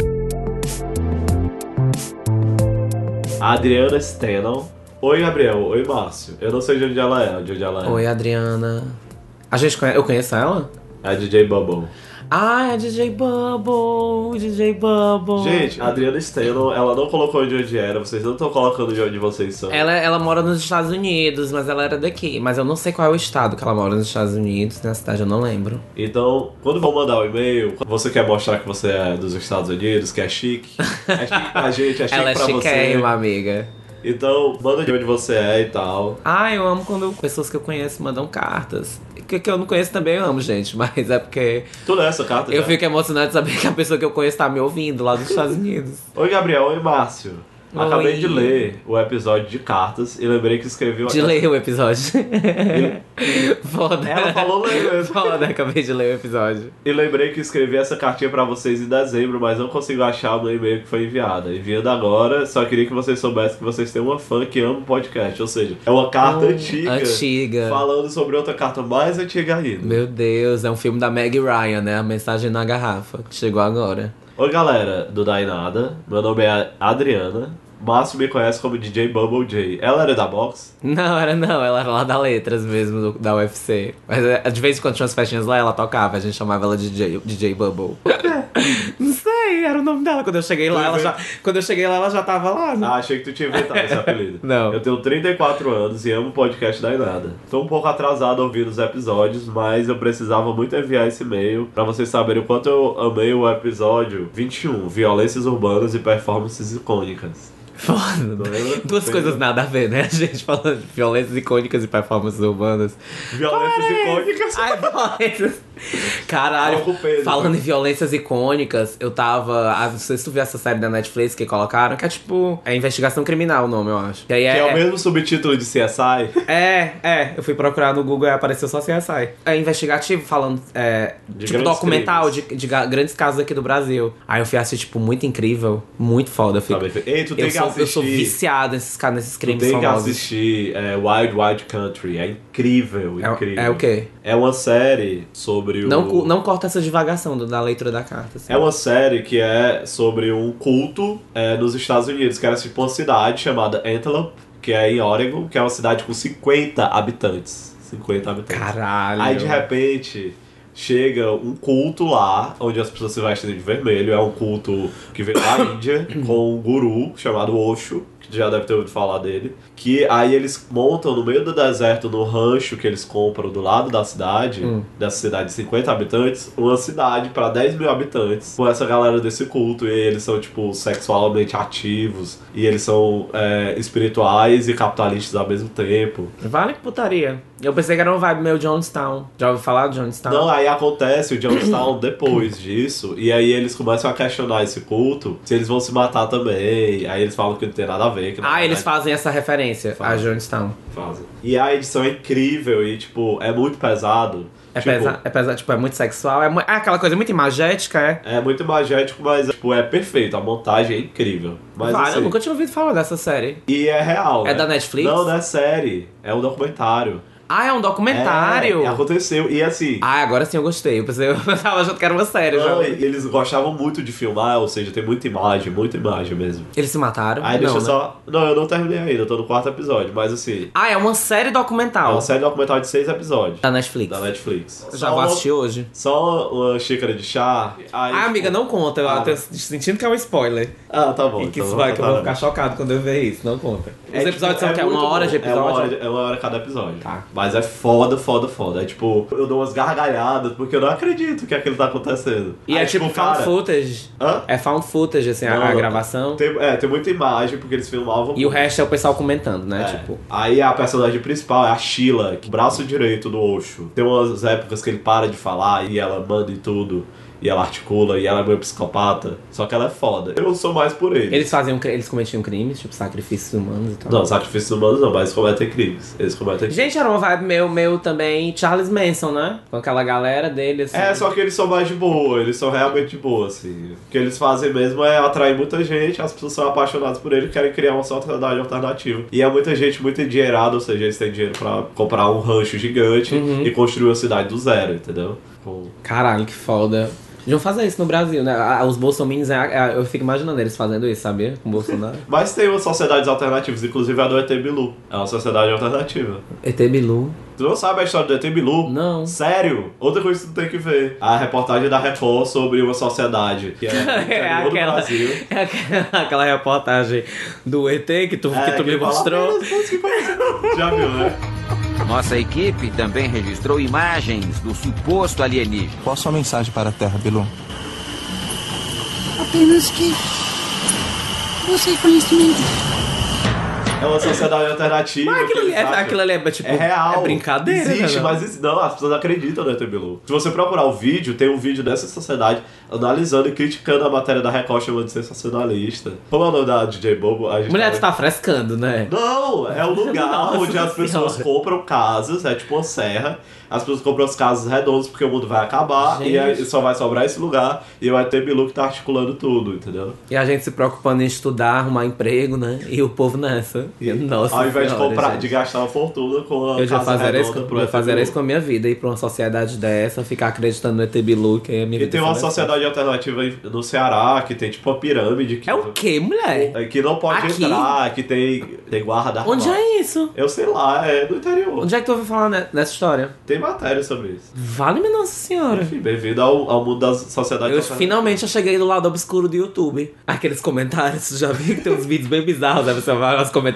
A Adriana Stennon. Oi, Gabriel. Oi, Márcio. Eu não sei de onde ela é. Oi, Adriana. Eu conheço ela? É a DJ Bubble. Ah, é DJ Bubble. DJ Bubble. Gente, a Adriana Stennon, ela não colocou de onde era. Vocês não estão colocando de onde vocês são. Ela mora nos Estados Unidos, mas ela era daqui. Mas eu não sei qual é o estado que ela mora nos Estados Unidos. Na cidade eu não lembro. Então, quando vão mandar o e-mail, você quer mostrar que você é dos Estados Unidos, que é chique. É chique pra gente, é chique Ela é pra você. chiquérrima, amiga. Então, manda de onde você é e tal. Ah, eu amo quando pessoas que eu conheço mandam cartas. Que eu não conheço também eu amo, gente. Mas é porque Tu lê essa carta eu já? fico emocionado de saber que a pessoa que eu conheço tá me ouvindo lá dos Estados Unidos. Oi, Gabriel. Oi, Márcio. Oi. Acabei de ler o episódio de cartas e lembrei que escrevi uma De ler o episódio. Foda. Ela falou ler mesmo. Foda, acabei de ler o episódio. E lembrei que escrevi essa cartinha pra vocês em dezembro, mas não consigo achar o meu e-mail que foi enviada. Enviando agora, só queria que vocês soubessem que vocês têm uma fã que ama o podcast. Ou seja, é uma carta antiga. falando sobre outra carta mais antiga ainda. Meu Deus, é um filme da Meg Ryan, né? A Mensagem na Garrafa, que chegou agora. Oi, galera do Dainada. Meu nome é Adriana. Márcio me conhece como DJ Bubble J. Ela era da Box? Não, ela era lá da Letras mesmo, da UFC. Mas de vez em quando tinha umas festinhas lá, ela tocava, a gente chamava ela de DJ Bubble. Não sei, era o nome dela. Quando eu cheguei lá, ela já tava lá, né? Ah, achei que tu tinha inventado esse apelido. Não. Eu tenho 34 anos e amo o podcast Dainada. Tô um pouco atrasado ouvindo os episódios, mas eu precisava muito enviar esse e-mail pra vocês saberem o quanto eu amei o episódio 21, Violências Urbanas e Performances Icônicas. Foda. lembra? Duas coisas nada a ver, né? A gente falando de violências icônicas e performances urbanas. Violências icônicas. Ai, violências. Caralho, Tava com peso, falando né? em violências icônicas, eu tava. Não sei se tu viu essa série da Netflix que colocaram, que é tipo. É Investigação Criminal o nome, eu acho. Que aí Que é o mesmo subtítulo de CSI. Eu fui procurar no Google e apareceu só CSI. É investigativo, falando. De Tipo, grandes documental crimes. de grandes casos aqui do Brasil. Aí eu fui assistir, tipo, muito incrível, muito foda. Eu fico, Tá bem feito. Ei, tu tem que eu assistir. sou viciado nesses Tu crimes tem que famosos. assistir Wild Wild Country. É incrível, incrível. É o quê? É uma série sobre o... Não corta essa divagação da leitura da carta. Assim. É uma série que é sobre um culto nos Estados Unidos, que era tipo uma cidade chamada Antelope, que é em Oregon, que é uma cidade com 50 habitantes. 50 habitantes. Caralho. Aí de repente chega um culto lá, onde as pessoas se vestem de vermelho. É um culto que veio da Índia, com um guru chamado Osho, que já deve ter ouvido falar dele. Que aí eles montam no meio do deserto, no rancho que eles compram do lado da cidade, dessa cidade de 50 habitantes, uma cidade para 10 mil habitantes, com essa galera desse culto. E eles são, tipo, sexualmente ativos, e eles são espirituais e capitalistas ao mesmo tempo. Vale que putaria. Eu pensei que era uma vibe meio Jonestown. Já ouviu falar de Jonestown? Não, aí acontece o Jonestown depois disso, e aí eles começam a questionar esse culto, se eles vão se matar também. Aí eles falam que não tem nada a ver. Que na Eles verdade fazem essa referência a Fazem. Jonestown. fazem. E a edição é incrível e, tipo, é muito pesado. É Tipo, pesado, tipo, é muito sexual. É aquela coisa muito imagética, é. É muito magético, mas tipo, é perfeito. A montagem é incrível. Mas, Vale, assim, eu nunca tinha ouvido falar dessa série. E é real. É né? da Netflix? Não, não é série. É um documentário. Ah, é um documentário. Aconteceu. E assim. Agora sim eu gostei. Eu tava achando que era uma série. Não, já. eles gostavam muito de filmar, ou seja, tem muita imagem mesmo. Eles se mataram? Aí deixa Não, eu né? só. Não, eu não terminei ainda, eu tô no 4º episódio, mas assim. É uma série É documental. uma série documental de 6 episódios. Da Netflix. Da Netflix. Já vou assistir hoje. Só uma xícara de chá. Aí, Amiga, não conta. Eu tô sentindo que é um spoiler. Ah, tá bom. E que então isso não vai, vou que eu vou contar ficar chocado quando eu ver isso. Não conta. Os É, episódios tipo, são o quê? muito Uma hora bom. de episódio? É uma hora cada episódio. Tá. Mas é foda. É tipo, eu dou umas gargalhadas porque eu não acredito que aquilo tá acontecendo. E Aí, é tipo cara, found footage. Hã? É found footage, assim, a Não, gravação. Tem muita imagem porque eles filmavam. E o resto é o pessoal comentando, né? É. Tipo. Aí a personagem principal é a Sheila, que é o braço direito do Osho. Tem umas épocas que ele para de falar e ela manda e tudo. E ela articula, e ela é meio psicopata. Só que ela é foda. Eu sou mais por ele. Eles cometiam crimes, tipo sacrifícios humanos e tal. Não, sacrifícios humanos não, mas eles cometem crimes. Eles cometem crimes. Gente, era uma vibe meio também Charles Manson, né? Com aquela galera dele, assim. É, só que eles são mais de boa, eles são realmente de boa, assim. O que eles fazem mesmo é atrair muita gente, as pessoas são apaixonadas por ele e querem criar uma sociedade alternativa. E é muita gente muito endinheirada, ou seja, eles têm dinheiro pra comprar um rancho gigante e construir uma cidade do zero, entendeu? Com... Caralho, que foda. Deviam fazer isso no Brasil, né? Os bolsominions, eu fico imaginando eles fazendo isso, sabia? Com o Bolsonaro. Mas tem umas sociedades alternativas, inclusive a do ET Bilu. É uma sociedade alternativa. ET Bilu. Tu não sabe a história do ET Bilu? Não. Sério? Outra coisa que tu tem que ver. A reportagem da Record sobre uma sociedade que é do Brasil. Aquela reportagem do ET que tu me mostrou. Já viu, né? Nossa equipe também registrou imagens do suposto alienígena. Qual a sua mensagem para a Terra, Bilu? Apenas que você conhecimento. É uma sociedade alternativa. Mas que eles acham- aquilo ali é tipo. É real. É brincadeira, Existe, né? mas não, as pessoas acreditam no ET Bilu. Se você procurar o vídeo, tem um vídeo dessa sociedade analisando e criticando a matéria da Record, chamando de sensacionalista. Como é o nome da DJ Bobo? A gente Mulher, tava- tu tá frescando, né? Não, é um lugar Nossa onde as pessoas Senhora. compram casas, é tipo uma serra. As pessoas compram as casas redondas porque o mundo vai acabar Gente. e aí só vai sobrar esse lugar e o ET Bilu que tá articulando tudo, entendeu? E a gente se preocupando em estudar, arrumar emprego, né? E o povo nessa. Nossa Ao invés de Senhora, comprar, gente. de gastar uma fortuna com a Eu já casa fazer isso, redonda pro eu ET fazer Bilu. isso com a minha vida, ir pra uma sociedade dessa, ficar acreditando no ET Bilu, que é a minha E vida. tem uma vai ser. sociedade alternativa no Ceará que tem tipo uma pirâmide que, É o quê, mulher? que não pode Aqui? entrar, que tem guarda Onde armado. é isso? Eu sei lá, é do interior. Onde é que tu ouviu falar nessa história? Tem matéria sobre isso. Vale-me Nossa Senhora. Enfim, bem-vindo ao mundo das sociedades alternativas. Finalmente eu cheguei do lado obscuro do YouTube. Aqueles comentários, tu já viu que tem uns vídeos bem bizarros, aí você vai nos comentários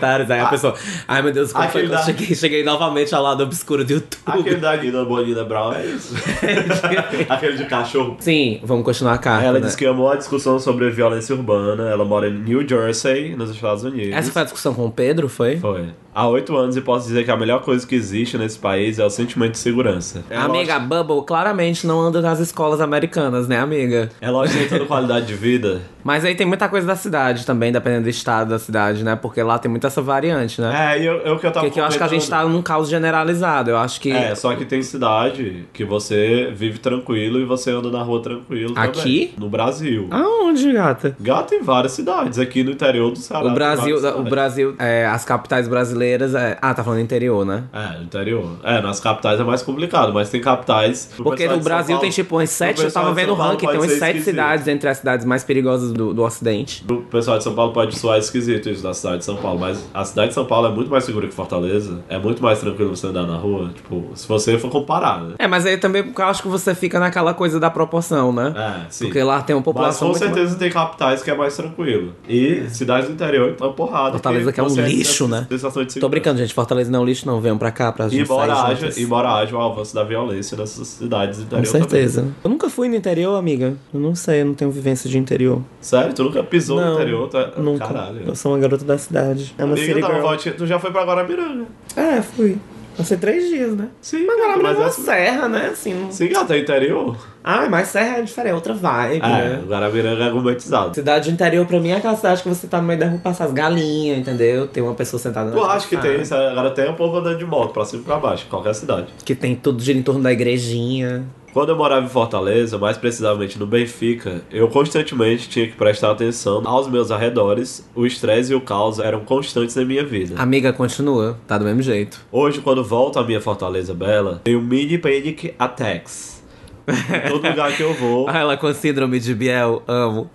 comentários. Aí a pessoa, ai meu Deus, como foi que eu cheguei novamente ao lado obscuro do YouTube. Aquele da Nina Bonina Brown é isso. Aquele de cachorro. Sim, vamos continuar a carta. Ela né? disse que amou a discussão sobre violência urbana. Ela mora em New Jersey, nos Estados Unidos. Essa foi a discussão com o Pedro, foi? Foi. Há 8 anos e posso dizer que a melhor coisa que existe nesse país é o sentimento de segurança. Amiga, a Bubble claramente não anda nas escolas americanas, né, amiga? Ela ostentando qualidade de vida. Mas aí tem muita coisa da cidade também, dependendo do estado da cidade, né? Porque lá tem muita essa variante, né? É, e o que eu tava Porque eu acho que a gente tá num caos generalizado. Eu acho que... É, só que tem cidade que você vive tranquilo e você anda na rua tranquilo Aqui? também. No Brasil. Aonde, gata? Gata em várias cidades. Aqui no interior do Ceará. O Brasil, as capitais brasileiras... Ah, tá falando interior, né? É, no interior. É, nas capitais é mais complicado, mas tem capitais... Porque no Brasil tem tipo umas 7... Eu tava vendo o ranking, tem umas 7 cidades entre as cidades mais perigosas do Ocidente. O pessoal de São Paulo pode soar esquisito isso da cidade de São Paulo, mas a cidade de São Paulo é muito mais segura que Fortaleza. É muito mais tranquilo você andar na rua, tipo, se você for comparar, né? É, mas aí também eu acho que você fica naquela coisa da proporção, né? É, sim. Porque lá tem uma população mas com certeza tem capitais que é mais tranquilo. E cidades do interior, então, porrada. Fortaleza que é um lixo, né? Tô brincando, gente. Fortaleza não é um lixo, não. Venham pra cá pra gente Embora haja o avanço da violência nessas cidades do interior. Com certeza. Também. Eu nunca fui no interior, amiga. Eu não sei, eu não tenho vivência de interior. Sério? Tu nunca pisou no interior? Nunca. Caralho. Eu sou uma garota da cidade. É uma city girl. Tu já foi pra Guaramiranga? É, fui. Passei 3 dias, né? Sim, mas Guaramiranga é uma serra, né? Assim, sim, gata, é interior. Ah, mas serra é diferente, outra vibe, né? Guaramiranga é argumentizado. Cidade interior pra mim é aquela cidade que você tá no meio da rua, passar as galinhas, entendeu? Tem uma pessoa sentada na Tu acha que tem isso? Agora tem o povo andando de moto pra cima e pra baixo, qualquer cidade. Que tem tudo gira em torno da igrejinha. Quando eu morava em Fortaleza, mais precisamente no Benfica, eu constantemente tinha que prestar atenção aos meus arredores. O estresse e o caos eram constantes na minha vida. Amiga, continua. Tá do mesmo jeito. Hoje, quando volto à minha Fortaleza bela, tenho mini panic attacks. Em todo lugar que eu vou. Ela com síndrome de Biel, amo.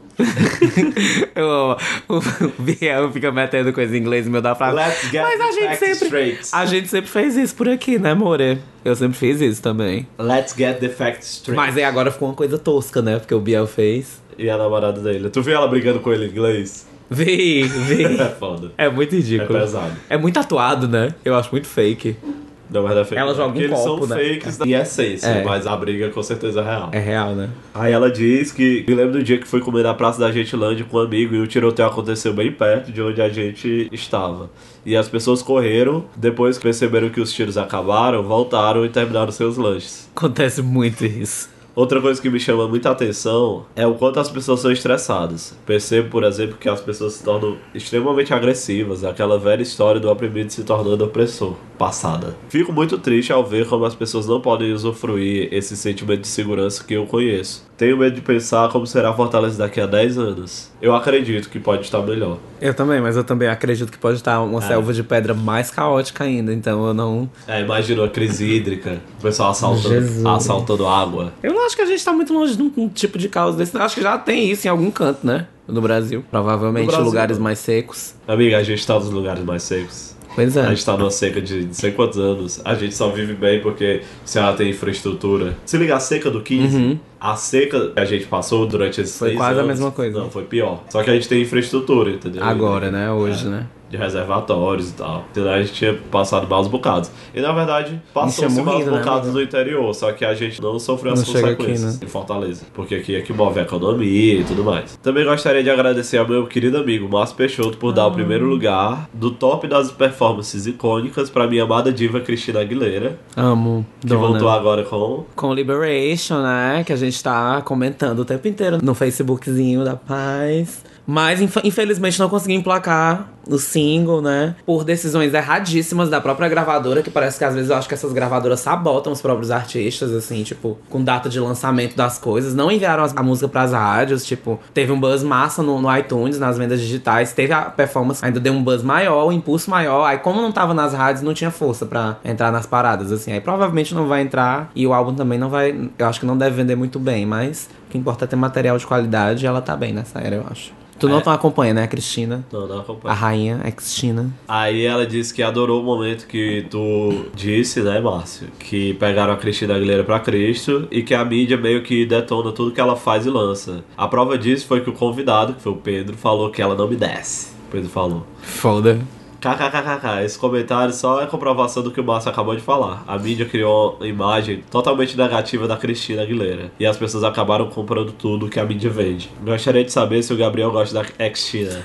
Eu amo. O Biel fica metendo coisa em inglês no meio da frase. Mas a gente sempre fez isso por aqui, né, more? Eu sempre fiz isso também. Let's get the facts straight. Mas aí agora ficou uma coisa tosca, né? Porque o Biel fez. E a namorada dele. Tu viu ela brigando com ele em inglês? Vi. É foda. É muito ridículo. É pesado. É muito atuado, né? Eu acho muito fake. Não, mas é fake. Ela joga um eles copo, são né? fakes em essência, mas a briga com certeza é real. É real, né? Aí ela diz que me lembro do dia que foi comer na Praça da Gentilândia com um amigo e o tiroteio aconteceu bem perto de onde a gente estava. E as pessoas correram, depois que perceberam que os tiros acabaram, voltaram e terminaram seus lanches. Acontece muito isso. Outra coisa que me chama muita atenção é o quanto as pessoas são estressadas. Percebo, por exemplo, que as pessoas se tornam extremamente agressivas, aquela velha história do oprimido se tornando opressor, passada. Fico muito triste ao ver como as pessoas não podem usufruir esse sentimento de segurança que eu conheço. Tenho medo de pensar como será Fortaleza daqui a 10 anos. Eu acredito que pode estar melhor. Eu também, mas eu também acredito que pode estar uma selva de pedra mais caótica ainda, então eu não... Imagina a crise hídrica, o pessoal assaltando água. Eu não acho que a gente tá muito longe de um tipo de caos desse. Acho que já tem isso em algum canto, né? No Brasil. Provavelmente no Brasil, lugares mais secos. Amiga, a gente tá nos lugares mais secos. Pois é. A gente tá numa seca de não sei quantos anos. A gente só vive bem porque se ela tem infraestrutura. Se liga a seca do 15, a seca que a gente passou durante esses 6 anos... Foi quase a mesma coisa. Não, foi pior. Só que a gente tem infraestrutura, entendeu? Agora, né? Hoje, né? De reservatórios e tal. Senão a gente tinha passado maus bocados. E na verdade, passou-se maus bocados no interior. Só que a gente não sofreu as consequências aqui, né? Em Fortaleza. Porque aqui é que move a economia e tudo mais. Também gostaria de agradecer ao meu querido amigo Márcio Peixoto por dar o primeiro lugar do top das performances icônicas pra minha amada diva Cristina Aguilera. Amo. Que voltou agora com Liberation, né? Que a gente tá comentando o tempo inteiro no Facebookzinho da Paz. Mas, infelizmente, não consegui emplacar o single, né? Por decisões erradíssimas da própria gravadora, que parece que às vezes eu acho que essas gravadoras sabotam os próprios artistas, assim, tipo, com data de lançamento das coisas. Não enviaram a música pras rádios, tipo, teve um buzz massa no iTunes, nas vendas digitais, teve a performance, ainda deu um buzz maior, um impulso maior. Aí, como não tava nas rádios, não tinha força pra entrar nas paradas, assim. Aí, provavelmente não vai entrar, e o álbum também não vai, eu acho que não deve vender muito bem, mas o que importa é ter material de qualidade e ela tá bem nessa era, eu acho. Tu não acompanha, né, a Cristina? Não acompanha. A rainha, a Cristina. Aí ela disse que adorou o momento que tu disse, né, Márcio? Que pegaram a Cristina Aguilera pra Cristo e que a mídia meio que detona tudo que ela faz e lança. A prova disso foi que o convidado, que foi o Pedro, falou que ela não me desce. O Pedro falou. Foda. KKKKK, esse comentário só é comprovação do que o Márcio acabou de falar. A mídia criou uma imagem totalmente negativa da Cristina Aguilera. E as pessoas acabaram comprando tudo que a mídia vende. Gostaria de saber se o Gabriel gosta da Cristina.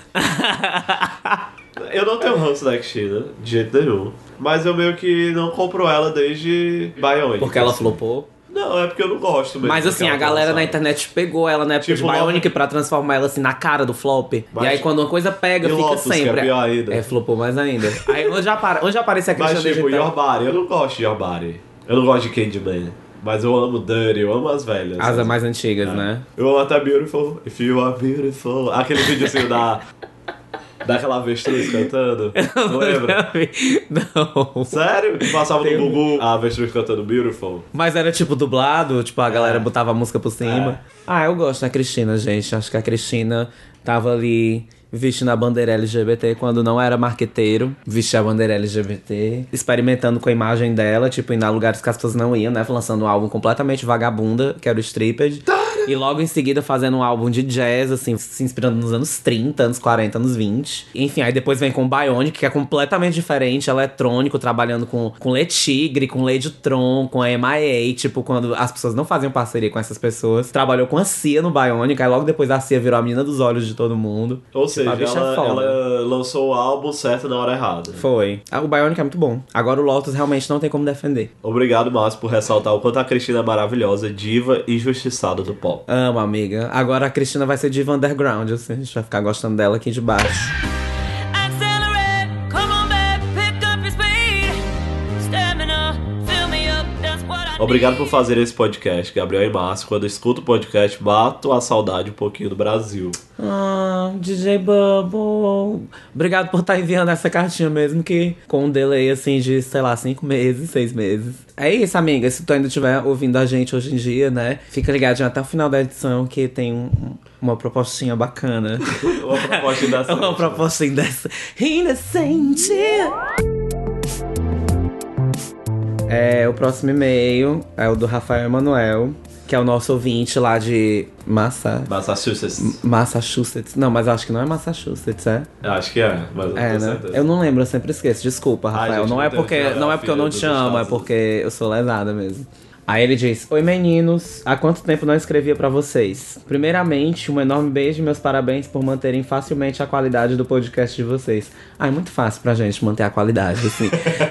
Eu não tenho ranço da Cristina, de jeito nenhum. Mas eu meio que não compro ela desde Bionic. Porque ela flopou? Não, é porque eu não gosto mesmo. Mas assim, a galera na internet pegou ela na época de Bionic pra transformar ela assim na cara do flop. Mas... E aí quando uma coisa pega, fica Lotus, sempre. Que é pior ainda. Flopou mais ainda. Aí onde aparece a Cristina Mas tipo, digital? Your Body, eu não gosto de Your Body. Eu não gosto de Candyman. Mas eu amo Dirty, eu amo as velhas. As mais antigas, né? Eu amo até Beautiful, If You Are Beautiful. Aquele videozinho daquela avestruz cantando. Não lembra? Não. Sério? Que passava no Google a avestruz cantando Beautiful. Mas era tipo dublado, tipo a galera botava a música por cima. Eu gosto da Cristina, gente. Acho que a Cristina tava ali vestindo a bandeira LGBT quando não era marqueteiro. Vestia a bandeira LGBT. Experimentando com a imagem dela, tipo, indo a lugares que as pessoas não iam, né? Lançando um álbum completamente vagabunda, que era o Stripped. E logo em seguida fazendo um álbum de jazz, assim, se inspirando nos anos 30, anos 40, anos 20. Enfim, aí depois vem com o Bionic, que é completamente diferente, eletrônico, trabalhando com Le Tigre, com Lady Tron, com a MIA, tipo, quando as pessoas não faziam parceria com essas pessoas. Trabalhou com a Cia no Bionic, aí logo depois a Cia virou a menina dos olhos de todo mundo. Ou seja, ela lançou o álbum certo na hora errada. Foi. O Bionic é muito bom. Agora o Lotus realmente não tem como defender. Obrigado, Márcio, por ressaltar o quanto a Cristina é maravilhosa, diva e injustiçada do pop. Amo, amiga. Agora a Cristina vai ser diva underground, assim. A gente vai ficar gostando dela aqui de baixo. Obrigado por fazer esse podcast, Gabriel e Márcio. Quando eu escuto o podcast, mato a saudade um pouquinho do Brasil. DJ Bubble. Obrigado por estar enviando essa cartinha mesmo, que com um delay assim de, sei lá, 5 meses, 6 meses. É isso, amiga. Se tu ainda estiver ouvindo a gente hoje em dia, né? Fica ligadinho até o final da edição, que tem uma propostinha bacana. Uma proposta indecente. Uma proposta indecente. O próximo e-mail é o do Rafael Emanuel, que é o nosso ouvinte lá de Massachusetts. Não, mas eu acho que não é Massachusetts, é? Eu acho que é, mas eu não tenho certeza. Eu não lembro, eu sempre esqueço. Desculpa, Rafael. Gente, não é porque eu não te amo, é porque eu sou lesada mesmo. Aí ele diz: oi meninos, há quanto tempo não escrevia pra vocês? Primeiramente, um enorme beijo e meus parabéns por manterem facilmente a qualidade do podcast de vocês. É muito fácil pra gente manter a qualidade, assim.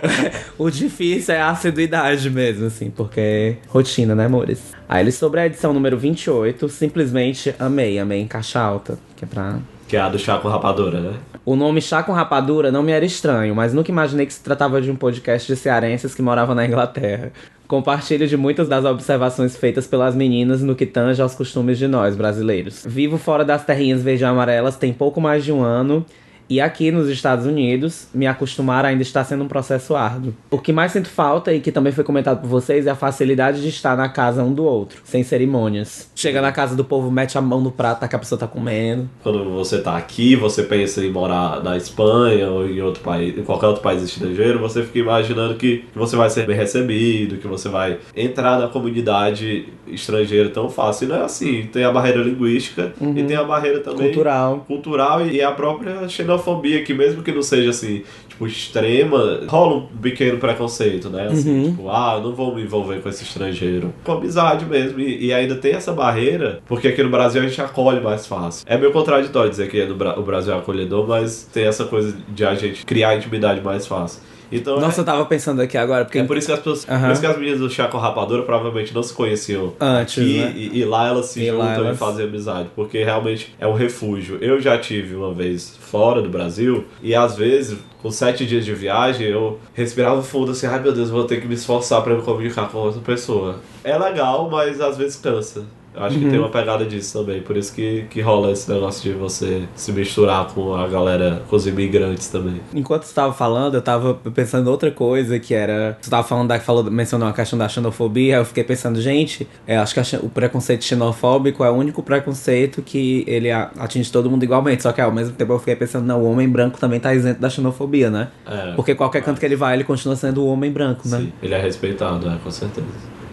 O difícil é a assiduidade mesmo, assim, porque rotina, né, amores? Aí ele, sobre a edição número 28, simplesmente amei em caixa alta, que é a do Chá com Rapadura, né? O nome Chá com Rapadura não me era estranho, mas nunca imaginei que se tratava de um podcast de cearenses que moravam na Inglaterra. Compartilho de muitas das observações feitas pelas meninas no que tange aos costumes de nós, brasileiros. Vivo fora das terrinhas verde e amarelas tem pouco mais de um ano. E aqui nos Estados Unidos, me acostumar ainda está sendo um processo árduo. O que mais sinto falta, e que também foi comentado por vocês, é a facilidade de estar na casa um do outro, sem cerimônias. Chega na casa do povo, mete a mão no prato que a pessoa tá comendo. Quando você tá aqui, você pensa em morar na Espanha ou em outro país, em qualquer outro país estrangeiro, você fica imaginando que você vai ser bem recebido, que você vai entrar na comunidade estrangeira tão fácil. E não é assim. Tem a barreira linguística e tem a barreira também cultural e a própria xenofobia, que mesmo que não seja assim, tipo, extrema, rola um pequeno preconceito, né? Assim, tipo, eu não vou me envolver com esse estrangeiro. Com amizade mesmo. E ainda tem essa barreira, porque aqui no Brasil a gente acolhe mais fácil. É meio contraditório dizer que o Brasil é acolhedor, mas tem essa coisa de a gente criar intimidade mais fácil. Então, nossa, eu tava pensando aqui agora, porque... É por isso que as pessoas, por isso que as meninas do Chá com Rapadura provavelmente não se conheciam antes, aqui, né? e lá elas se juntam e fazem amizade, porque realmente é um refúgio. Eu já tive uma vez fora do Brasil, e às vezes, com 7 dias de viagem, eu respirava fundo assim, ai meu Deus, vou ter que me esforçar pra me comunicar com outra pessoa. É legal, mas às vezes cansa. Eu acho que tem uma pegada disso também, por isso que rola esse negócio de você se misturar com a galera, com os imigrantes também. Enquanto você estava falando, eu tava pensando em outra coisa, que era... Você tava falando, mencionou a questão da xenofobia, eu fiquei pensando, gente, acho que o preconceito xenofóbico é o único preconceito que ele atinge todo mundo igualmente, só que ao mesmo tempo eu fiquei pensando, não, o homem branco também tá isento da xenofobia, né? Porque qualquer canto que ele vai, ele continua sendo o homem branco, né? Sim, ele é respeitado, com certeza.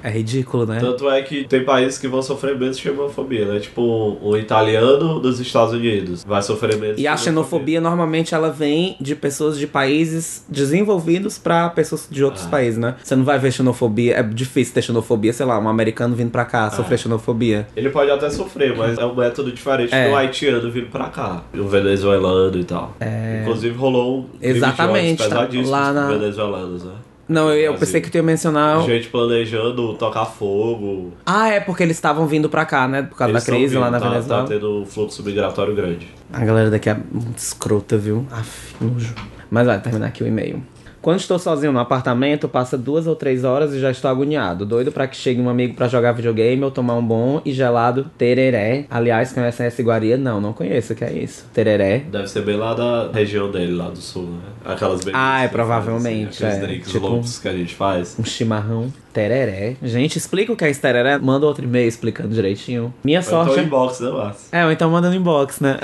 É ridículo, né? Tanto é que tem países que vão sofrer menos xenofobia, né? Tipo, o italiano dos Estados Unidos vai sofrer menos E a xenofobia, normalmente, ela vem de pessoas de países desenvolvidos pra pessoas de outros países, né? Você não vai ver xenofobia, é difícil ter xenofobia, sei lá, um americano vindo pra cá, sofrer xenofobia. Ele pode até sofrer, mas é um método diferente do haitiano vindo pra cá, o venezuelano e tal. Inclusive rolou um crime exatamente, de ódio pesadíssimo lá na... venezuelanos, né? Não, eu pensei que tu ia mencionar... Gente planejando tocar fogo. Ah, é porque eles estavam vindo pra cá, né? Por causa Eles da crise vindo, lá na tá Venezuela. Tá tendo um fluxo migratório grande. A galera daqui é muito escrota, viu? Aff, nojo. Mas vai terminar aqui o e-mail. Quando estou sozinho no apartamento, passa 2 ou 3 horas e já estou agoniado. Doido pra que chegue um amigo pra jogar videogame ou tomar um bom e gelado tereré. Aliás, conhecem essa iguaria? Não conheço. O que é isso? Tereré? Deve ser bem lá da região dele, lá do sul, né? Aquelas bebidas. Ah, provavelmente. Faz, assim, aqueles drinks tipo, loucos que a gente faz. Um chimarrão. Tereré. Gente, explica o que é esse tereré. Manda outro e-mail explicando direitinho. Minha sorte. Então inbox, né, Márcio? Ou então manda no inbox, né?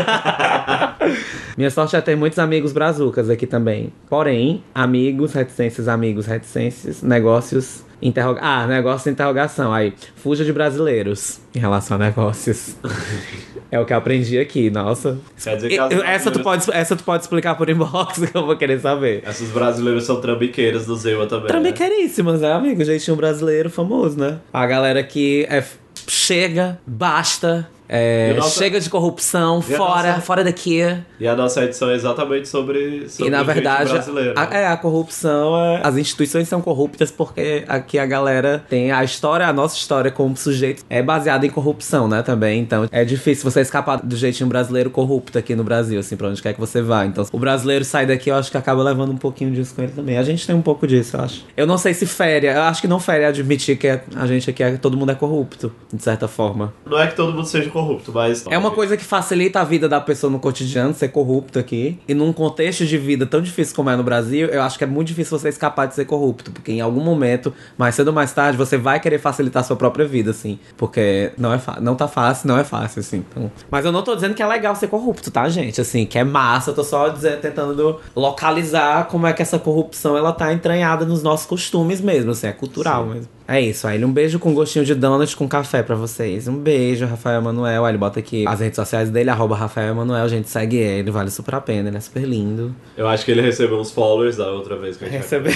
Minha sorte é ter muitos amigos brazucas aqui também. Porém, amigos reticências, negócios... negócio de interrogação. Aí, fuja de brasileiros em relação a negócios. É o que eu aprendi aqui, nossa. Quer dizer que essa tu pode explicar por inbox que eu vou querer saber. Esses brasileiros são trambiqueiras do Zewa também. Trambiqueiríssimas, né, amigo? Jeitinho brasileiro famoso, né? A galera que chega, basta... chega de corrupção, fora daqui. E a nossa edição é exatamente sobre e na verdade, brasileiro. A corrupção, as instituições são corruptas porque aqui a galera tem a nossa história como sujeito é baseada em corrupção, né, também. Então é difícil você escapar do jeitinho brasileiro corrupto aqui no Brasil, assim, pra onde quer que você vá. Então o brasileiro sai daqui, eu acho que acaba levando um pouquinho disso com ele também. A gente tem um pouco disso, eu acho. Eu não sei se fere, eu acho que não fere admitir que a gente aqui, todo mundo é corrupto, de certa forma. Não é que todo mundo seja corrupto, mas... É uma coisa que facilita a vida da pessoa no cotidiano, ser corrupto aqui. E num contexto de vida tão difícil como é no Brasil, eu acho que é muito difícil você escapar de ser corrupto. Porque em algum momento, mais cedo ou mais tarde, você vai querer facilitar a sua própria vida, assim. Porque não tá fácil, não é fácil, assim. Então... Mas eu não tô dizendo que é legal ser corrupto, tá, gente? Assim, que é massa. Eu tô só tentando localizar como é que essa corrupção, ela tá entranhada nos nossos costumes mesmo, assim. É cultural mesmo. É isso, aí um beijo com gostinho de donut com café pra vocês. Um beijo, Rafael Emanuel. Aí ele bota aqui as redes sociais dele, @Rafael Emanuel. Gente, segue ele, vale super a pena, ele é super lindo. Eu acho que ele recebeu uns followers da outra vez que a gente recebeu.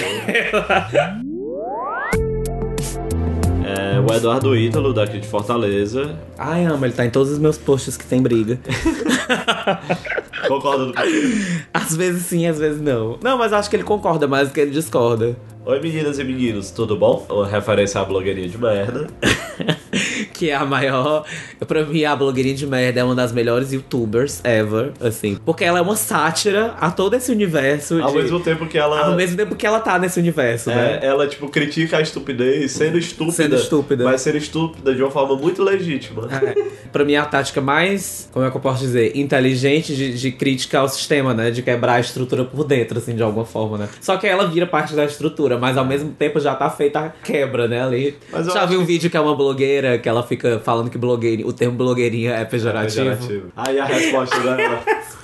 O Eduardo Ítalo, daqui de Fortaleza. Ai, amo, ele tá em todos os meus posts que tem briga. Concorda do que? Às vezes sim, às vezes não. Não, mas acho que ele concorda mais do que ele discorda. Oi, meninas e meninos, tudo bom? Uma referência à blogueirinha de merda. Que é a maior... Pra mim, a blogueirinha de merda é uma das melhores youtubers ever, assim. Porque ela é uma sátira a todo esse universo. Ao mesmo tempo que ela tá nesse universo, né? Ela, tipo, critica a estupidez sendo estúpida. Mas sendo estúpida de uma forma muito legítima. Pra mim, a tática mais, como é que eu posso dizer, inteligente de crítica ao sistema, né? De quebrar a estrutura por dentro, assim, de alguma forma, né? Só que ela vira parte da estrutura, mas ao mesmo tempo já tá feita a quebra, né? Ali. Já vi um vídeo que é uma blogueira, que ela fica falando que o termo blogueirinha é pejorativo. Aí a resposta dela...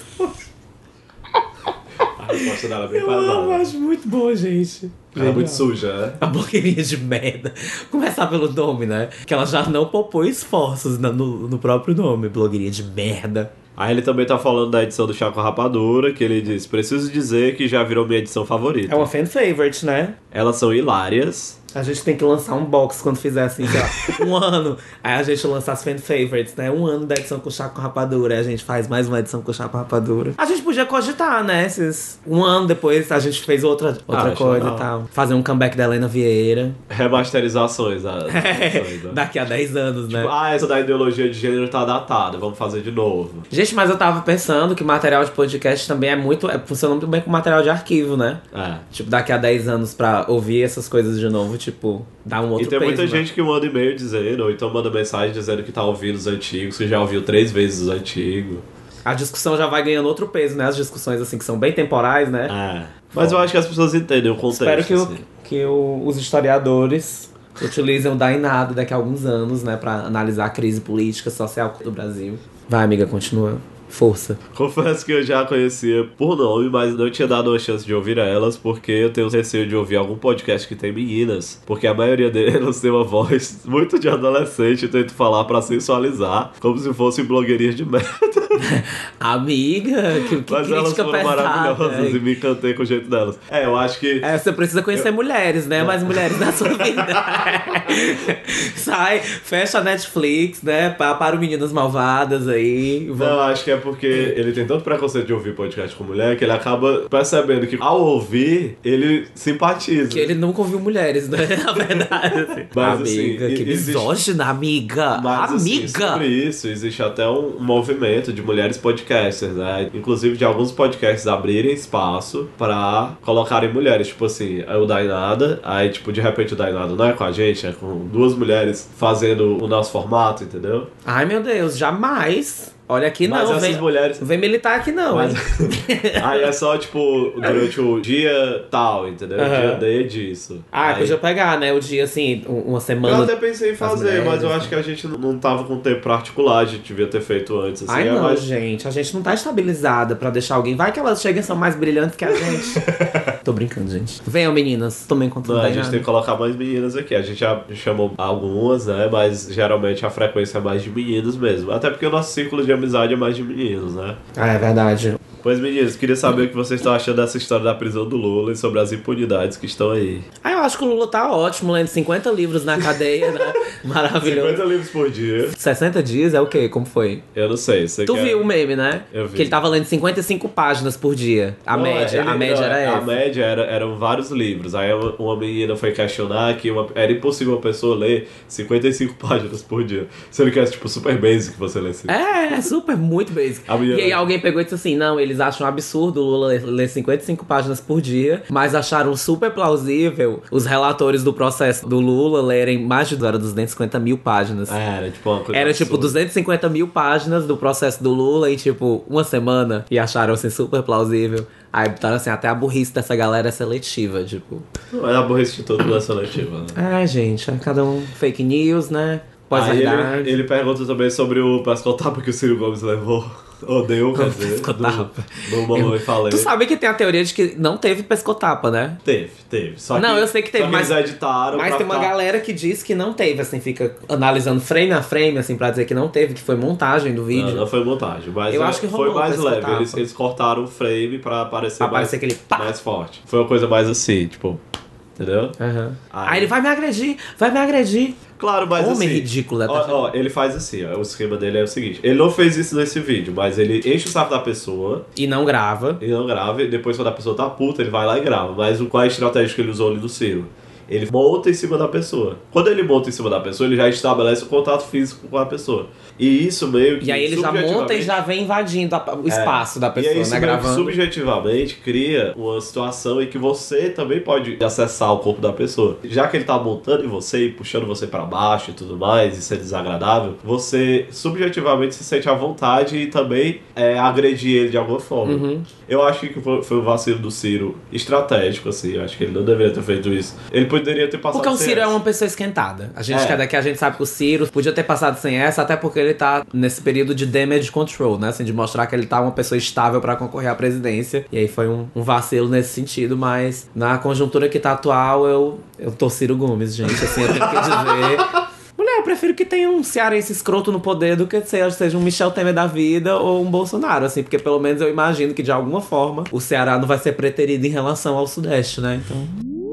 A resposta dela é bem pesada. Eu acho muito boa, gente. Ela é muito suja, né? A blogueirinha de merda. Começar pelo nome, né? Que ela já não poupou esforços no próprio nome. Blogueirinha de merda. Aí ele também tá falando da edição do Chá com Rapadura, que ele diz: preciso dizer que já virou minha edição favorita. É uma fan favorite, né? Elas são hilárias. A gente tem que lançar um box quando fizer assim, sei lá, um ano. Aí a gente lança as fan favorites, né? Um ano da edição com Chá com Rapadura. Aí a gente faz mais uma edição com Chá com Rapadura. A gente podia cogitar, né? Um ano depois a gente fez outra coisa e tal. Fazer um comeback da Helena Vieira. Remasterizações. Daqui a 10 anos, né? Tipo, essa da ideologia de gênero tá datada, vamos fazer de novo. Gente, mas eu tava pensando que material de podcast também funciona muito bem com material de arquivo, né? Tipo, daqui a 10 anos pra ouvir essas coisas de novo, tipo, dá um outro peso. E tem muita né? gente que manda e-mail dizendo, ou então manda mensagem dizendo que tá ouvindo os antigos, que já ouviu 3 vezes os antigos. A discussão já vai ganhando outro peso, né? As discussões, assim, que são bem temporais, né? Mas eu acho que as pessoas entendem o contexto. Espero que os historiadores utilizem o Dainado daqui a alguns anos, né? Pra analisar a crise política, social do Brasil. Vai, amiga, continua. Força. Confesso que eu já conhecia por nome, mas não tinha dado uma chance de ouvir elas, porque eu tenho receio de ouvir algum podcast que tem meninas, porque a maioria delas tem uma voz muito de adolescente, eu tento falar pra sensualizar, como se fossem blogueirinhas de merda. Amiga, que Mas elas crítica foram pesada. maravilhosas e me encantei com o jeito delas. Eu acho que... Você precisa conhecer mulheres, né? Mais mulheres na sua vida. Sai, fecha a Netflix, né? Para o Meninas Malvadas aí. Não, acho que é porque ele tem tanto preconceito de ouvir podcast com mulher que ele acaba percebendo que ao ouvir, ele simpatiza. Que ele nunca ouviu mulheres, né? Na verdade. Assim. Mas, amiga, assim, que misógina, amiga. Mas, amiga. Assim, sobre isso, existe até um movimento de mulheres podcasters, né? Inclusive de alguns podcasts abrirem espaço pra colocarem mulheres. Tipo assim, é o Dainada, aí tipo, de repente o Dainada não é com a gente, é com duas mulheres fazendo o nosso formato, entendeu? Ai, meu Deus, jamais. Olha aqui Mas não, essas mulheres... Vem militar aqui não, Mas... hein? Aí é só, tipo, durante o dia tal, entendeu? Dia D disso. Ah, aí... podia pegar, né? O dia, assim, uma semana... Eu até pensei em fazer, mulheres, mas eu né? acho que a gente não tava com tempo pra articular, a gente devia ter feito antes. Assim, Ai, não, mais... gente. A gente não tá estabilizada pra deixar alguém... Vai que elas chegam e são mais brilhantes que a gente. Tô brincando, gente. Venham, meninas. Tomem conta Não, da a gente tem que colocar mais meninas aqui. A gente já chamou algumas, né? Mas geralmente a frequência é mais de meninos mesmo. Até porque o nosso círculo de amizade é mais de meninos, né? Ah, é verdade. Pois, meninos, queria saber o que vocês estão achando dessa história da prisão do Lula e sobre as impunidades que estão aí. Ah, eu acho que o Lula tá ótimo, lendo 50 livros na cadeia, né? Maravilhoso. 50 livros por dia. 60 dias é o quê? Como foi? Eu não sei. Tu viu o meme, né? Eu vi. Que ele tava lendo 55 páginas por dia. A média era essa. A média eram vários livros. Aí uma menina foi questionar que era impossível uma pessoa ler 55 páginas por dia. Sendo que é, tipo, super basic você ler assim. É super, muito basic. E aí alguém pegou e disse assim, não, eles acham um absurdo o Lula ler 55 páginas por dia, mas acharam super plausível os relatores do processo do Lula lerem mais de 250 mil páginas. Era tipo uma coisa Era absurda. tipo 250 mil páginas do processo do Lula em tipo uma semana e acharam assim super plausível. Aí botaram assim, até a burrice dessa galera é seletiva, tipo. Não é a burrice de todo mundo é seletiva, né? É, gente, cada um fake news, né? Aí Pós-verdade. ele pergunta também sobre o pescotapa que o Ciro Gomes levou. Odeio, quer dizer, do Mamãe Falei. Tu sabe que tem a teoria de que não teve pescotapa, né? Teve. Só que, não, eu sei que teve, mas eles editaram. Mas tem uma galera que diz que não teve, assim, fica analisando frame a frame, assim, pra dizer que não teve, que foi montagem do vídeo. Não foi montagem, mas eu acho que foi mais leve. pescotapa. Eles cortaram o frame pra parecer, aquele pá. mais forte. Foi uma coisa mais assim, tipo... Entendeu? Aí ele vai me agredir. Claro, mas Homem assim... ridículo, né? Ó, ele faz assim, ó. O esquema dele é o seguinte. Ele não fez isso nesse vídeo, mas ele enche o saco da pessoa. E não grava. E depois quando a pessoa tá puta, ele vai lá e grava. Mas qual é a estratégia que ele usou ali no Ciro? Ele monta em cima da pessoa. Quando ele monta em cima da pessoa, ele já estabelece o contato físico com a pessoa. E isso meio que... E aí ele já monta e já vem invadindo o espaço da pessoa, e aí isso né? meio Gravando. que subjetivamente cria uma situação em que você também pode acessar o corpo da pessoa. Já que ele tá montando em você e puxando você pra baixo e tudo mais, isso é desagradável, você subjetivamente se sente à vontade e também agredir ele de alguma forma. Eu acho que foi um vacilo do Ciro estratégico, assim. Eu acho que ele não deveria ter feito isso. Ele poderia ter passado Porque o sem Ciro é essa. uma pessoa esquentada. A gente a gente sabe que o Ciro podia ter passado sem essa, até porque ele tá nesse período de damage control, né? Assim, de mostrar que ele tá uma pessoa estável pra concorrer à presidência. E aí foi um vacilo nesse sentido, mas na conjuntura que tá atual, eu tô Ciro Gomes, gente. Assim, eu tenho que dizer... Mulher, eu prefiro que tenha um cearense escroto no poder do que seja um Michel Temer da vida ou um Bolsonaro, assim, porque pelo menos eu imagino que de alguma forma o Ceará não vai ser preterido em relação ao Sudeste, né? Então...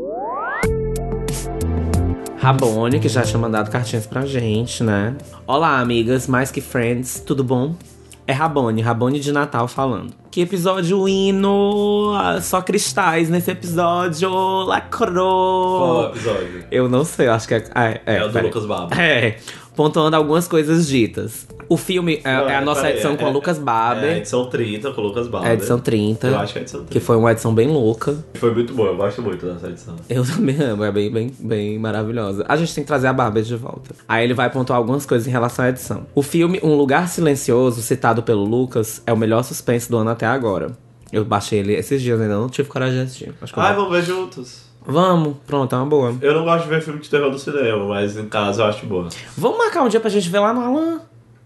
Rabone, que já tinha mandado cartinhas pra gente, né? Olá, amigas, mais que friends, tudo bom? É Rabone de Natal falando. Que episódio hino! Só cristais nesse episódio, lacrou! Qual episódio? Eu não sei, acho que é o do Lucas Baba. Pontuando algumas coisas ditas. O filme é a nossa edição com o Lucas Baber. É a edição 30 com o Lucas Baber. É a edição 30. Eu acho que é a edição 30. Que foi uma edição bem louca. Foi muito boa, eu gosto muito dessa edição. Eu também amo, é bem maravilhosa. A gente tem que trazer a Baber de volta. Aí ele vai pontuar algumas coisas em relação à edição. O filme Um Lugar Silencioso, citado pelo Lucas, é o melhor suspense do ano até agora. Eu baixei ele esses dias, ainda não tive coragem de assistir. Vamos ver juntos. Vamos, pronto, é uma boa. Eu não gosto de ver filme de terror no cinema, mas em casa eu acho boa. Vamos marcar um dia pra gente ver lá no Alan?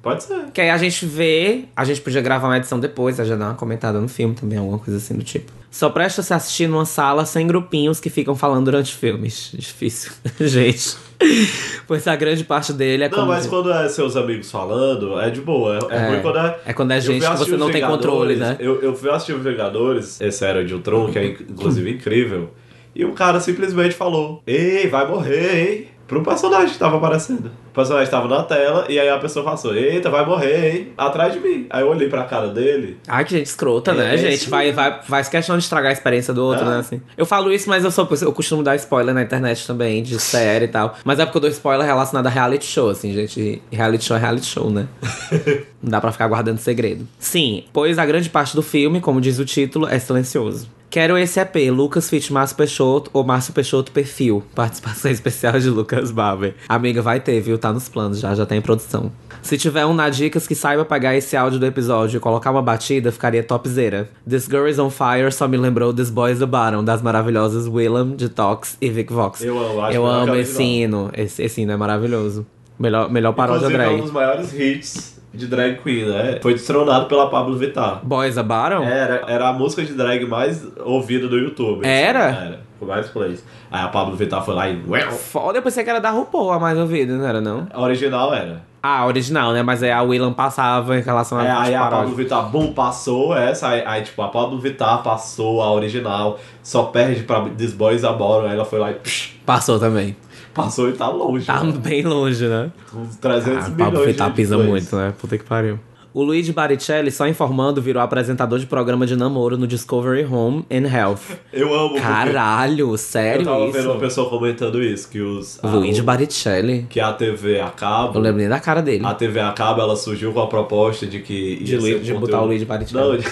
Pode ser. Que aí a gente vê, a gente podia gravar uma edição depois, já dar uma comentada no filme também, alguma coisa assim do tipo. Só presta se assistir numa sala sem grupinhos que ficam falando durante filmes. Difícil, gente. Pois a grande parte dele é Não, mas quando é seus amigos falando, é de boa. É ruim quando é... É quando é gente que você não tem controle, né? Eu fui assistir os Vingadores, esse Era de Ultron, que é inclusive incrível. E o cara simplesmente falou: ei, vai morrer, hein? Pro personagem que tava aparecendo. O personagem tava na tela e aí a pessoa passou: eita, vai morrer, hein? Atrás de mim. Aí eu olhei pra cara dele. Ai, que gente escrota, né, gente? Vai questão de estragar a experiência do outro, né, assim. Eu falo isso, mas eu costumo dar spoiler na internet também, de série e tal. Mas é porque eu dou spoiler relacionado a reality show, assim, gente. Reality show é reality show, né? Não dá pra ficar guardando segredo. Sim, pois a grande parte do filme, como diz o título, é silencioso. Quero esse EP, Lucas feat. Márcio Peixoto ou Márcio Peixoto perfil. Participação especial de Lucas Barber. Amiga, vai ter, viu? Tá nos planos, já tá em produção. Se tiver um na Dicas que saiba pegar esse áudio do episódio e colocar uma batida, ficaria topzera. This Girl Is On Fire só me lembrou This Boy Is The Bottom, das maravilhosas Willam, Detox e Vic Vox. Eu amo esse hino. Esse hino é maravilhoso. Melhor paródia drag. É um dos maiores hits de drag queen, né? Foi destronado pela Pablo Vittar. Boys Abaram? Era a música de drag mais ouvida do YouTube. Era? Assim, era. Com mais plays. Aí a Pablo Vittar foi lá e... Foda, eu pensei que era da RuPaul a mais ouvida, não era não? A original era. Ah, a original, né? Mas aí a Willam passava em relação a... aí a Pablo Vittar, passou essa. Aí, tipo, a Pablo Vittar passou a original. Só perde pra This Boys Abaram. Aí ela foi lá e... Passou também. Passou e tá longe. Tá, né? Bem longe, né? Uns 300 milhões de Pablo Vittar pisa muito, né? Puta que pariu. O Luigi Baricelli, só informando, virou apresentador de programa de namoro no Discovery Home and Health. Eu amo. Caralho, sério isso? Eu tava vendo uma pessoa comentando isso, que Luigi Baricelli. Que a TV a cabo... Eu lembro nem da cara dele. A TV a cabo, ela surgiu com a proposta de que... De botar o Luigi Baricelli. Não,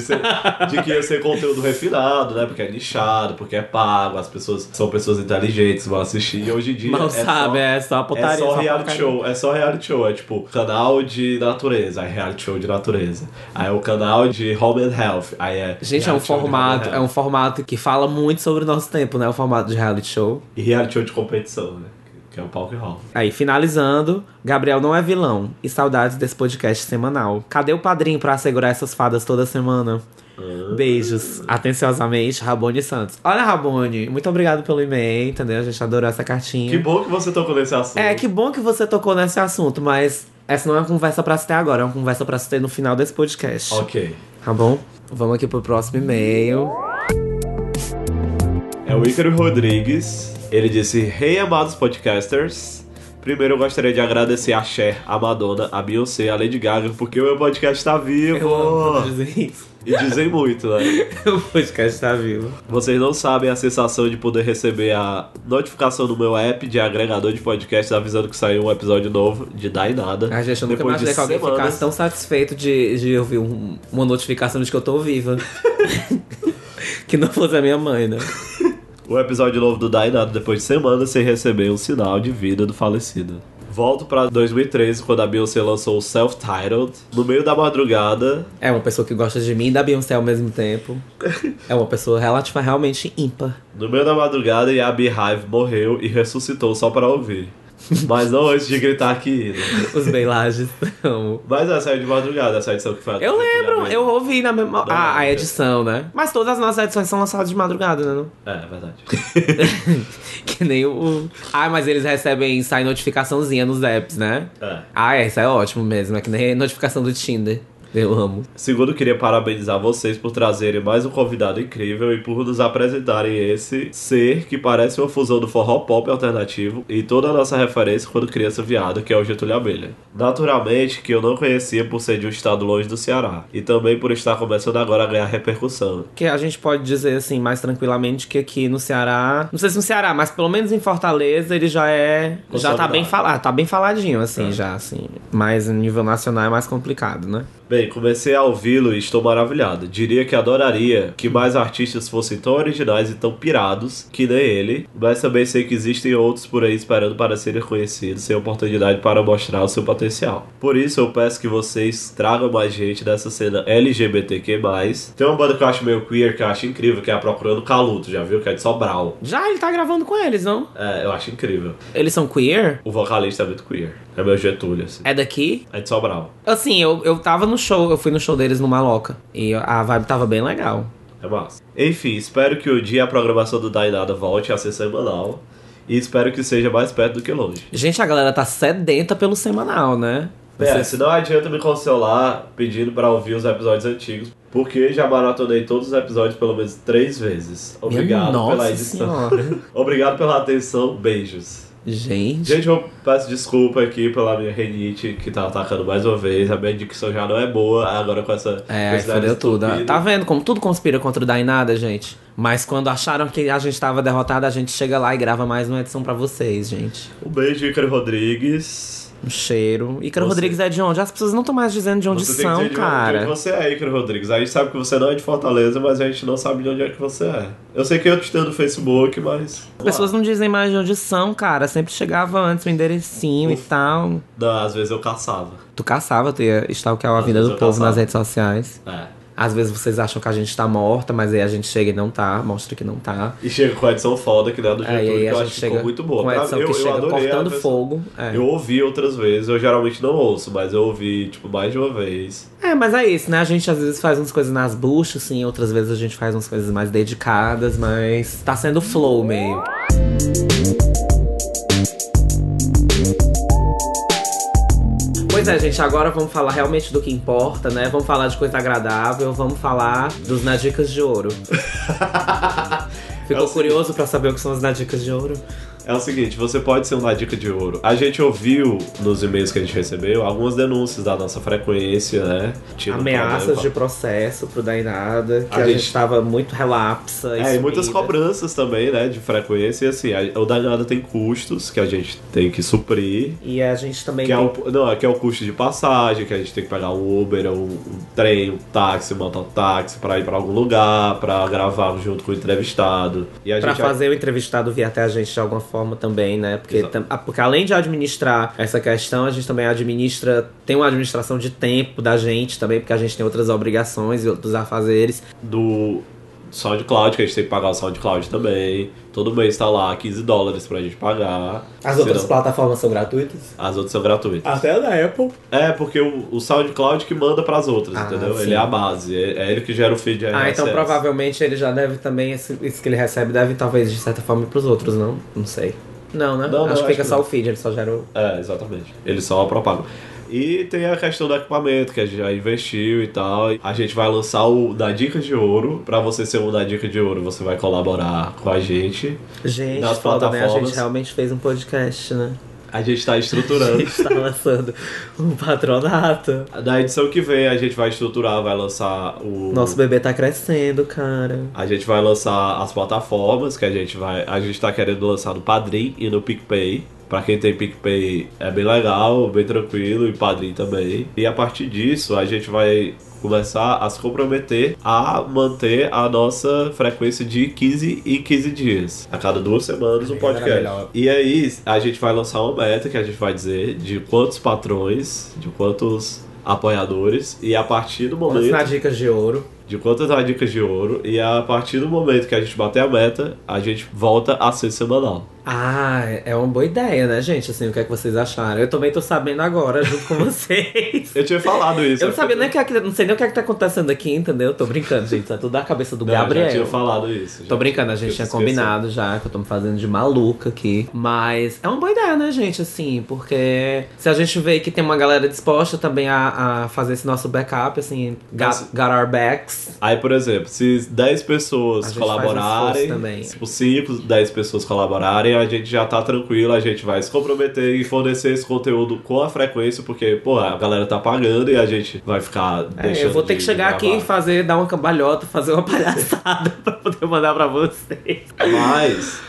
de que ia ser conteúdo refinado, né? Porque é nichado, porque é pago, as pessoas são pessoas inteligentes, vão assistir. E hoje em dia... Mal sabe, é só putaria. É só reality show, é só reality show. É tipo, canal de natureza, aí reality show de natureza. Aí é o canal de Home and Health. Aí é... Gente, é um formato que fala muito sobre o nosso tempo, né? O formato de reality show. E reality show de competição, né? Que é o palco e rola. Aí, finalizando, Gabriel não é vilão. E saudades desse podcast semanal. Cadê o padrinho pra assegurar essas fadas toda semana? Beijos. Atenciosamente, Rabone Santos. Olha, Rabone, muito obrigado pelo e-mail, entendeu? A gente adorou essa cartinha. Que bom que você tocou nesse assunto. É, que bom que você tocou nesse assunto, mas essa não é uma conversa pra se ter agora, é uma conversa pra se ter no final desse podcast. Ok. Tá bom? Vamos aqui pro próximo e-mail. É o Ícaro Rodrigues. Ele disse: Hey, amados podcasters. Primeiro eu gostaria de agradecer a Cher, a Madonna, a Beyoncé, a Lady Gaga, porque o meu podcast tá vivo. Eu amo dizer isso. E dizem muito, né? O podcast tá vivo. Vocês não sabem a sensação de poder receber a notificação no meu app de agregador de podcast avisando que saiu um episódio novo de Dar em Nada. A gente, eu nunca imaginei que alguém ficasse tão satisfeito de ouvir uma notificação de que eu tô viva. Que não fosse a minha mãe, né? O episódio novo do Dar em Nada depois de semanas sem receber um sinal de vida do falecido. Volto pra 2013, quando a Beyoncé lançou o Self-Titled. No meio da madrugada... É uma pessoa que gosta de mim e da Beyoncé ao mesmo tempo. É uma pessoa realmente ímpar. No meio da madrugada, e a Beehive morreu e ressuscitou só para ouvir. Mas não antes de gritar aqui. Né? Os Beilages. Mas essa saiu de madrugada, essa edição que foi... Eu lembro, eu ouvi na mesma... a edição, né? Mas todas as nossas edições são lançadas de madrugada, né? Não? É verdade. Que nem o... Ah, mas eles recebem, sai notificaçãozinha nos apps, né? É. Ah, isso é ótimo mesmo. É que nem notificação do Tinder. Eu amo. Segundo, queria parabenizar vocês por trazerem mais um convidado incrível e por nos apresentarem esse ser que parece uma fusão do forró pop alternativo e toda a nossa referência quando criança viada, que é o Getúlio Abelha. Naturalmente que eu não conhecia por ser de um estado longe do Ceará e também por estar começando agora a ganhar repercussão. Que a gente pode dizer assim, mais tranquilamente, que aqui no Ceará, não sei se no Ceará, mas pelo menos em Fortaleza ele já tá bem falado, tá bem faladinho assim, já assim. Mas no nível nacional é mais complicado, né? Bem, comecei a ouvi-lo e estou maravilhado. Diria que adoraria que mais artistas fossem tão originais e tão pirados que nem ele, mas também sei que existem outros por aí esperando para serem conhecidos, sem oportunidade para mostrar o seu potencial. Por isso eu peço que vocês tragam mais gente dessa cena LGBTQ+. Tem uma banda que eu acho meio queer, que eu acho incrível, que é a Procurando Caluto, já viu? Que é de Sobral. Já, ele tá gravando com eles, não? É, eu acho incrível. Eles são queer? O vocalista é muito queer. É meu Getúlio, assim. É daqui? É de Sobral. Assim, eu tava no show, eu fui no show deles no Maloca. E a vibe tava bem legal. É massa. Enfim, espero que o dia a programação do Dainada volte a ser semanal. E espero que seja mais perto do que longe. Gente, a galera tá sedenta pelo semanal, né? Se não adianta me consolar pedindo pra ouvir os episódios antigos, porque já maratonei todos os episódios pelo menos 3 vezes. Obrigado pela edição. Obrigado pela atenção. Beijos. Gente, eu peço desculpa aqui pela minha renite que tá atacando mais uma vez. A minha dicção já não é boa, agora com essa... aí fodeu tudo. Tá vendo como tudo conspira contra o Dainada, gente? Mas quando acharam que a gente tava derrotado, a gente chega lá e grava mais uma edição pra vocês, gente. Um beijo, Ícaro Rodrigues. Um cheiro. Ícaro Rodrigues é de onde? As pessoas não estão mais dizendo de onde são, cara. De onde você é, Ícaro Rodrigues. A gente sabe que você não é de Fortaleza, mas a gente não sabe de onde é que você é. Eu sei que eu te tenho no Facebook, mas... As pessoas não dizem mais de onde são, cara. Sempre chegava antes o enderecinho e tal. Não, às vezes eu caçava. Tu caçava, tu ia stalkear a vida do povo nas redes sociais. Às vezes vocês acham que a gente tá morta, mas aí a gente chega e não tá, mostra que não tá. E chega com a edição foda, que não é do Getúlio, que eu acho que ficou muito boa. Com a edição que chega cortando fogo. Eu ouvi outras vezes, eu geralmente não ouço, mas eu ouvi, tipo, mais de uma vez. Mas é isso, né? A gente às vezes faz umas coisas nas buchas, assim, outras vezes a gente faz umas coisas mais dedicadas, mas tá sendo flow meio. Pois é, gente, agora vamos falar realmente do que importa, né? Vamos falar de coisa agradável, vamos falar dos Nadicas de Ouro. Ficou curioso pra saber o que são as Nadicas de Ouro? É o seguinte, você pode ser uma dica de ouro. A gente ouviu nos e-mails que a gente recebeu algumas denúncias da nossa frequência, né? Ameaças de processo pro Dainada, que a gente tava muito relapsa. E muitas cobranças também, né? De frequência. E assim, o Dainada tem custos que a gente tem que suprir. E a gente também que é o custo de passagem, que a gente tem que pagar um Uber, um trem, um táxi, um mototáxi pra ir pra algum lugar, pra gravar junto com o entrevistado. E pra fazer o entrevistado vir até a gente de alguma forma também, né? Porque além de administrar essa questão, a gente também tem uma administração de tempo da gente também, porque a gente tem outras obrigações e outros afazeres. Do SoundCloud, que a gente tem que pagar o SoundCloud também. Todo mês tá lá $15 pra gente pagar. As outras plataformas são gratuitas? As outras são gratuitas. Até a da Apple. Porque o SoundCloud que manda pras outras, entendeu? Sim. Ele é a base, é ele que gera o feed RSS. Então provavelmente ele já deve também, isso que ele recebe deve talvez de certa forma ir pros outros, não? Não sei. Não, né? Acho que fica só o feed, ele só gera o... exatamente. Ele só propaga. E tem a questão do equipamento, que a gente já investiu e tal. A gente vai lançar o da Dica de Ouro. Pra você ser um da Dica de Ouro, você vai colaborar com a gente. Gente, nas foda, plataformas. né? A gente realmente fez um podcast, né? A gente tá estruturando. A gente tá lançando um patronato. Na edição que vem, a gente vai estruturar, vai lançar o... Nosso bebê tá crescendo, cara. A gente vai lançar as plataformas, que a gente tá querendo lançar no Padrim e no PicPay. Pra quem tem PicPay é bem legal, bem tranquilo, e Padrim também. E a partir disso, a gente vai começar a se comprometer a manter a nossa frequência de 15 em 15 dias. A cada 2 semanas um podcast. E aí, a gente vai lançar uma meta que a gente vai dizer de quantos patrões, de quantos apoiadores, e a partir do momento... Quantas Dicas de Ouro. De quantas Dicas de Ouro, e a partir do momento que a gente bater a meta, a gente volta a ser semanal. É uma boa ideia, né, gente? Assim, o que é que vocês acharam? Eu também tô sabendo agora, junto com vocês. Eu tinha falado isso. Eu não sabia nem não sei nem o que é que tá acontecendo aqui, entendeu? Tô brincando, gente. Tá tudo da cabeça do Gabriel. Eu já tinha falado isso. Tô brincando, a gente tinha combinado já, que eu tô me fazendo de maluca aqui. Mas é uma boa ideia, né, gente? Assim, porque se a gente vê que tem uma galera disposta também a fazer esse nosso backup, assim, got our backs. Aí, por exemplo, se 10 pessoas colaborarem, se 5, 10 pessoas colaborarem, a gente já tá tranquilo, a gente vai se comprometer e fornecer esse conteúdo com a frequência, porque, pô, a galera tá pagando e a gente vai ficar deixando. Eu vou ter que chegar aqui e dar uma cambalhota, fazer uma palhaçada pra poder mandar pra vocês. Mas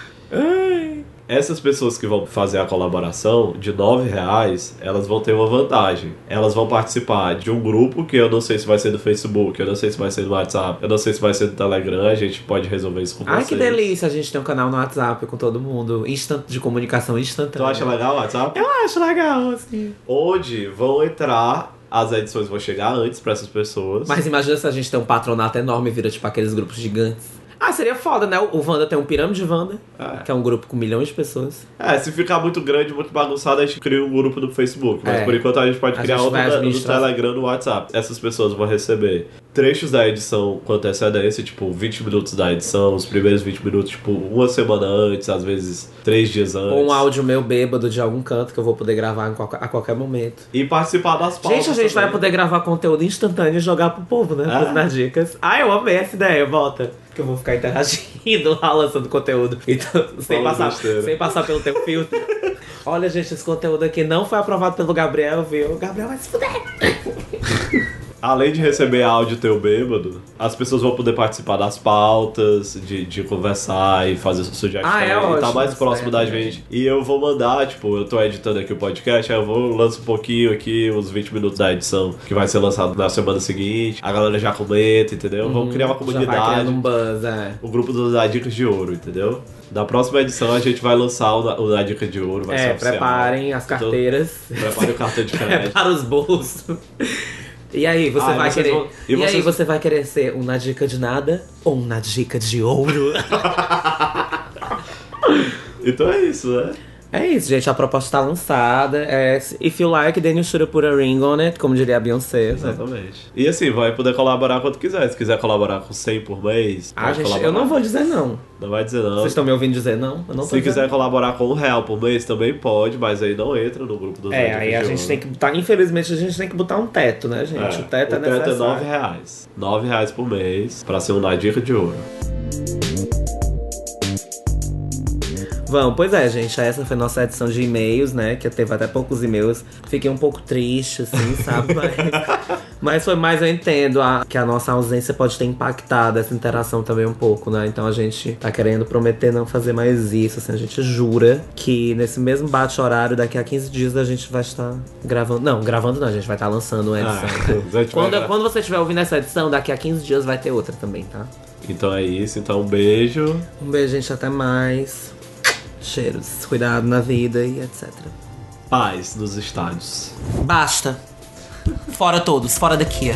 essas pessoas que vão fazer a colaboração de R$9, elas vão ter uma vantagem. Elas vão participar de um grupo que eu não sei se vai ser do Facebook, eu não sei se vai ser do WhatsApp, eu não sei se vai ser do Telegram, a gente pode resolver isso com vocês. Que delícia, a gente tem um canal no WhatsApp com todo mundo, de comunicação instantânea. Tu acha legal o WhatsApp? Eu acho legal, assim. Onde vão entrar... As edições vão chegar antes pra essas pessoas. Mas imagina se a gente tem um patronato enorme e vira tipo aqueles grupos gigantes. Ah, seria foda, né? O Wanda tem um Pirâmide Wanda, que é um grupo com milhões de pessoas. Se ficar muito grande, muito bagunçado, a gente cria um grupo no Facebook. Mas por enquanto a gente pode criar outro no Telegram, no WhatsApp. Essas pessoas vão receber trechos da edição com antecedência, tipo 20 minutos da edição, os primeiros 20 minutos, tipo uma semana antes, às vezes 3 dias antes. Ou um áudio meu bêbado de algum canto que eu vou poder gravar a qualquer momento. E participar das pautas. Gente, a gente vai poder gravar conteúdo instantâneo e jogar pro povo, né? Nas dicas. Ah, eu amei essa ideia, volta. Que eu vou ficar interagindo lá, lançando conteúdo. Então, sem passar pelo teu filtro. Olha, gente, esse conteúdo aqui não foi aprovado pelo Gabriel, viu? O Gabriel vai se fuder. Além de receber áudio teu bêbado, as pessoas vão poder participar das pautas, de conversar e fazer sugestões. E tá mais próximo da gente. E eu vou mandar, tipo, eu tô editando aqui o podcast, aí eu vou lançar um pouquinho aqui, uns 20 minutos da edição, que vai ser lançado na semana seguinte. A galera já comenta, entendeu? Vamos criar uma comunidade. Já vai criando um buzz, O grupo das Dicas de Ouro, entendeu? Na próxima edição a gente vai lançar o da Dica de Ouro, vai ser oficial. Preparem as carteiras. Preparem o cartão de crédito. Prepara os bolsos. E aí, você vai querer. Aí, você vai querer ser um na dica de nada ou um na dica de ouro? Então é isso, né? É isso, gente. A proposta tá lançada. If you like, then you should put a ring on it, como diria a Beyoncé. Exatamente. E assim, vai poder colaborar quando quiser. Se quiser colaborar com 100 por mês. Gente, eu não vou dizer não. Não vai dizer não. Vocês estão me ouvindo dizer não? Eu não tô Se quiser colaborar com R$1 por mês também pode, mas aí não entra no grupo dos aí a gente tem que botar. Infelizmente, a gente tem que botar um teto, né, gente? O teto é necessário. O teto é R$9. R$9 por mês pra ser um na Dica de Ouro. Vamos, pois é, gente, essa foi nossa edição de e-mails, né, que teve até poucos e-mails. Fiquei um pouco triste, assim, sabe, mas foi mais, eu entendo que a nossa ausência pode ter impactado essa interação também um pouco, né, então a gente tá querendo prometer não fazer mais isso, assim, a gente jura que nesse mesmo bate-horário, daqui a 15 dias a gente vai estar gravando, não, a gente vai estar lançando uma edição. Quando você estiver ouvindo essa edição, daqui a 15 dias vai ter outra também, tá? Então é isso, então um beijo. Um beijo, gente, até mais. Cheiros, cuidado na vida e etc. Paz nos estádios. Basta. Fora todos, fora daqui.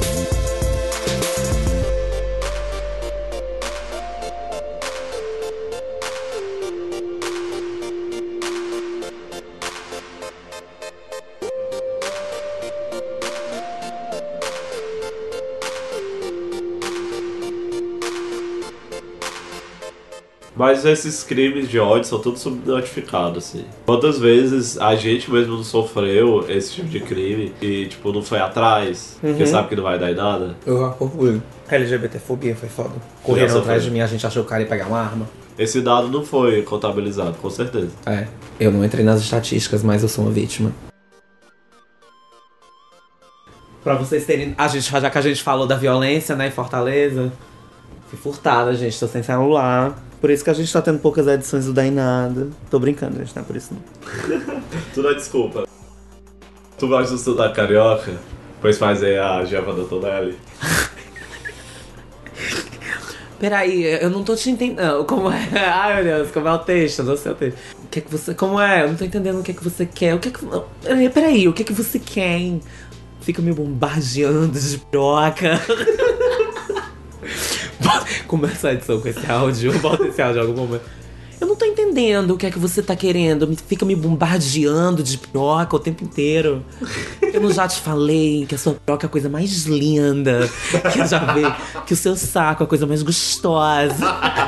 Mas esses crimes de ódio são todos subnotificados, assim. Quantas vezes a gente mesmo não sofreu esse tipo de crime e, tipo, não foi atrás, porque sabe que não vai dar em nada? Eu já fui. LGBTfobia foi foda. Correram atrás de mim, a gente achou que o cara ia pegar uma arma. Esse dado não foi contabilizado, com certeza. Eu não entrei nas estatísticas, mas eu sou uma vítima. Pra vocês terem... Já que a gente falou da violência, né, em Fortaleza, fui furtada, gente, tô sem celular. Por isso que a gente tá tendo poucas edições do Daí Nada. Tô brincando, gente, não é por isso não. Tu não é desculpa. Tu gosta do sotaque carioca? Pois faz aí a Giovanna Tonelli. Peraí, eu não tô te entendendo. Como é? Ai, meu Deus, como é o texto? Não sei o texto. O que é que você... Como é? Eu não tô entendendo o que é que você quer. O que é que... Peraí, o que é que você quer, hein? Fica me bombardeando de piroca. Começa a edição com esse áudio, bota esse áudio em algum momento. Eu não tô entendendo o que é que você tá querendo. Fica me bombardeando de piroca o tempo inteiro. Eu não já te falei que a sua piroca é a coisa mais linda que eu já vi. Que o seu saco é a coisa mais gostosa.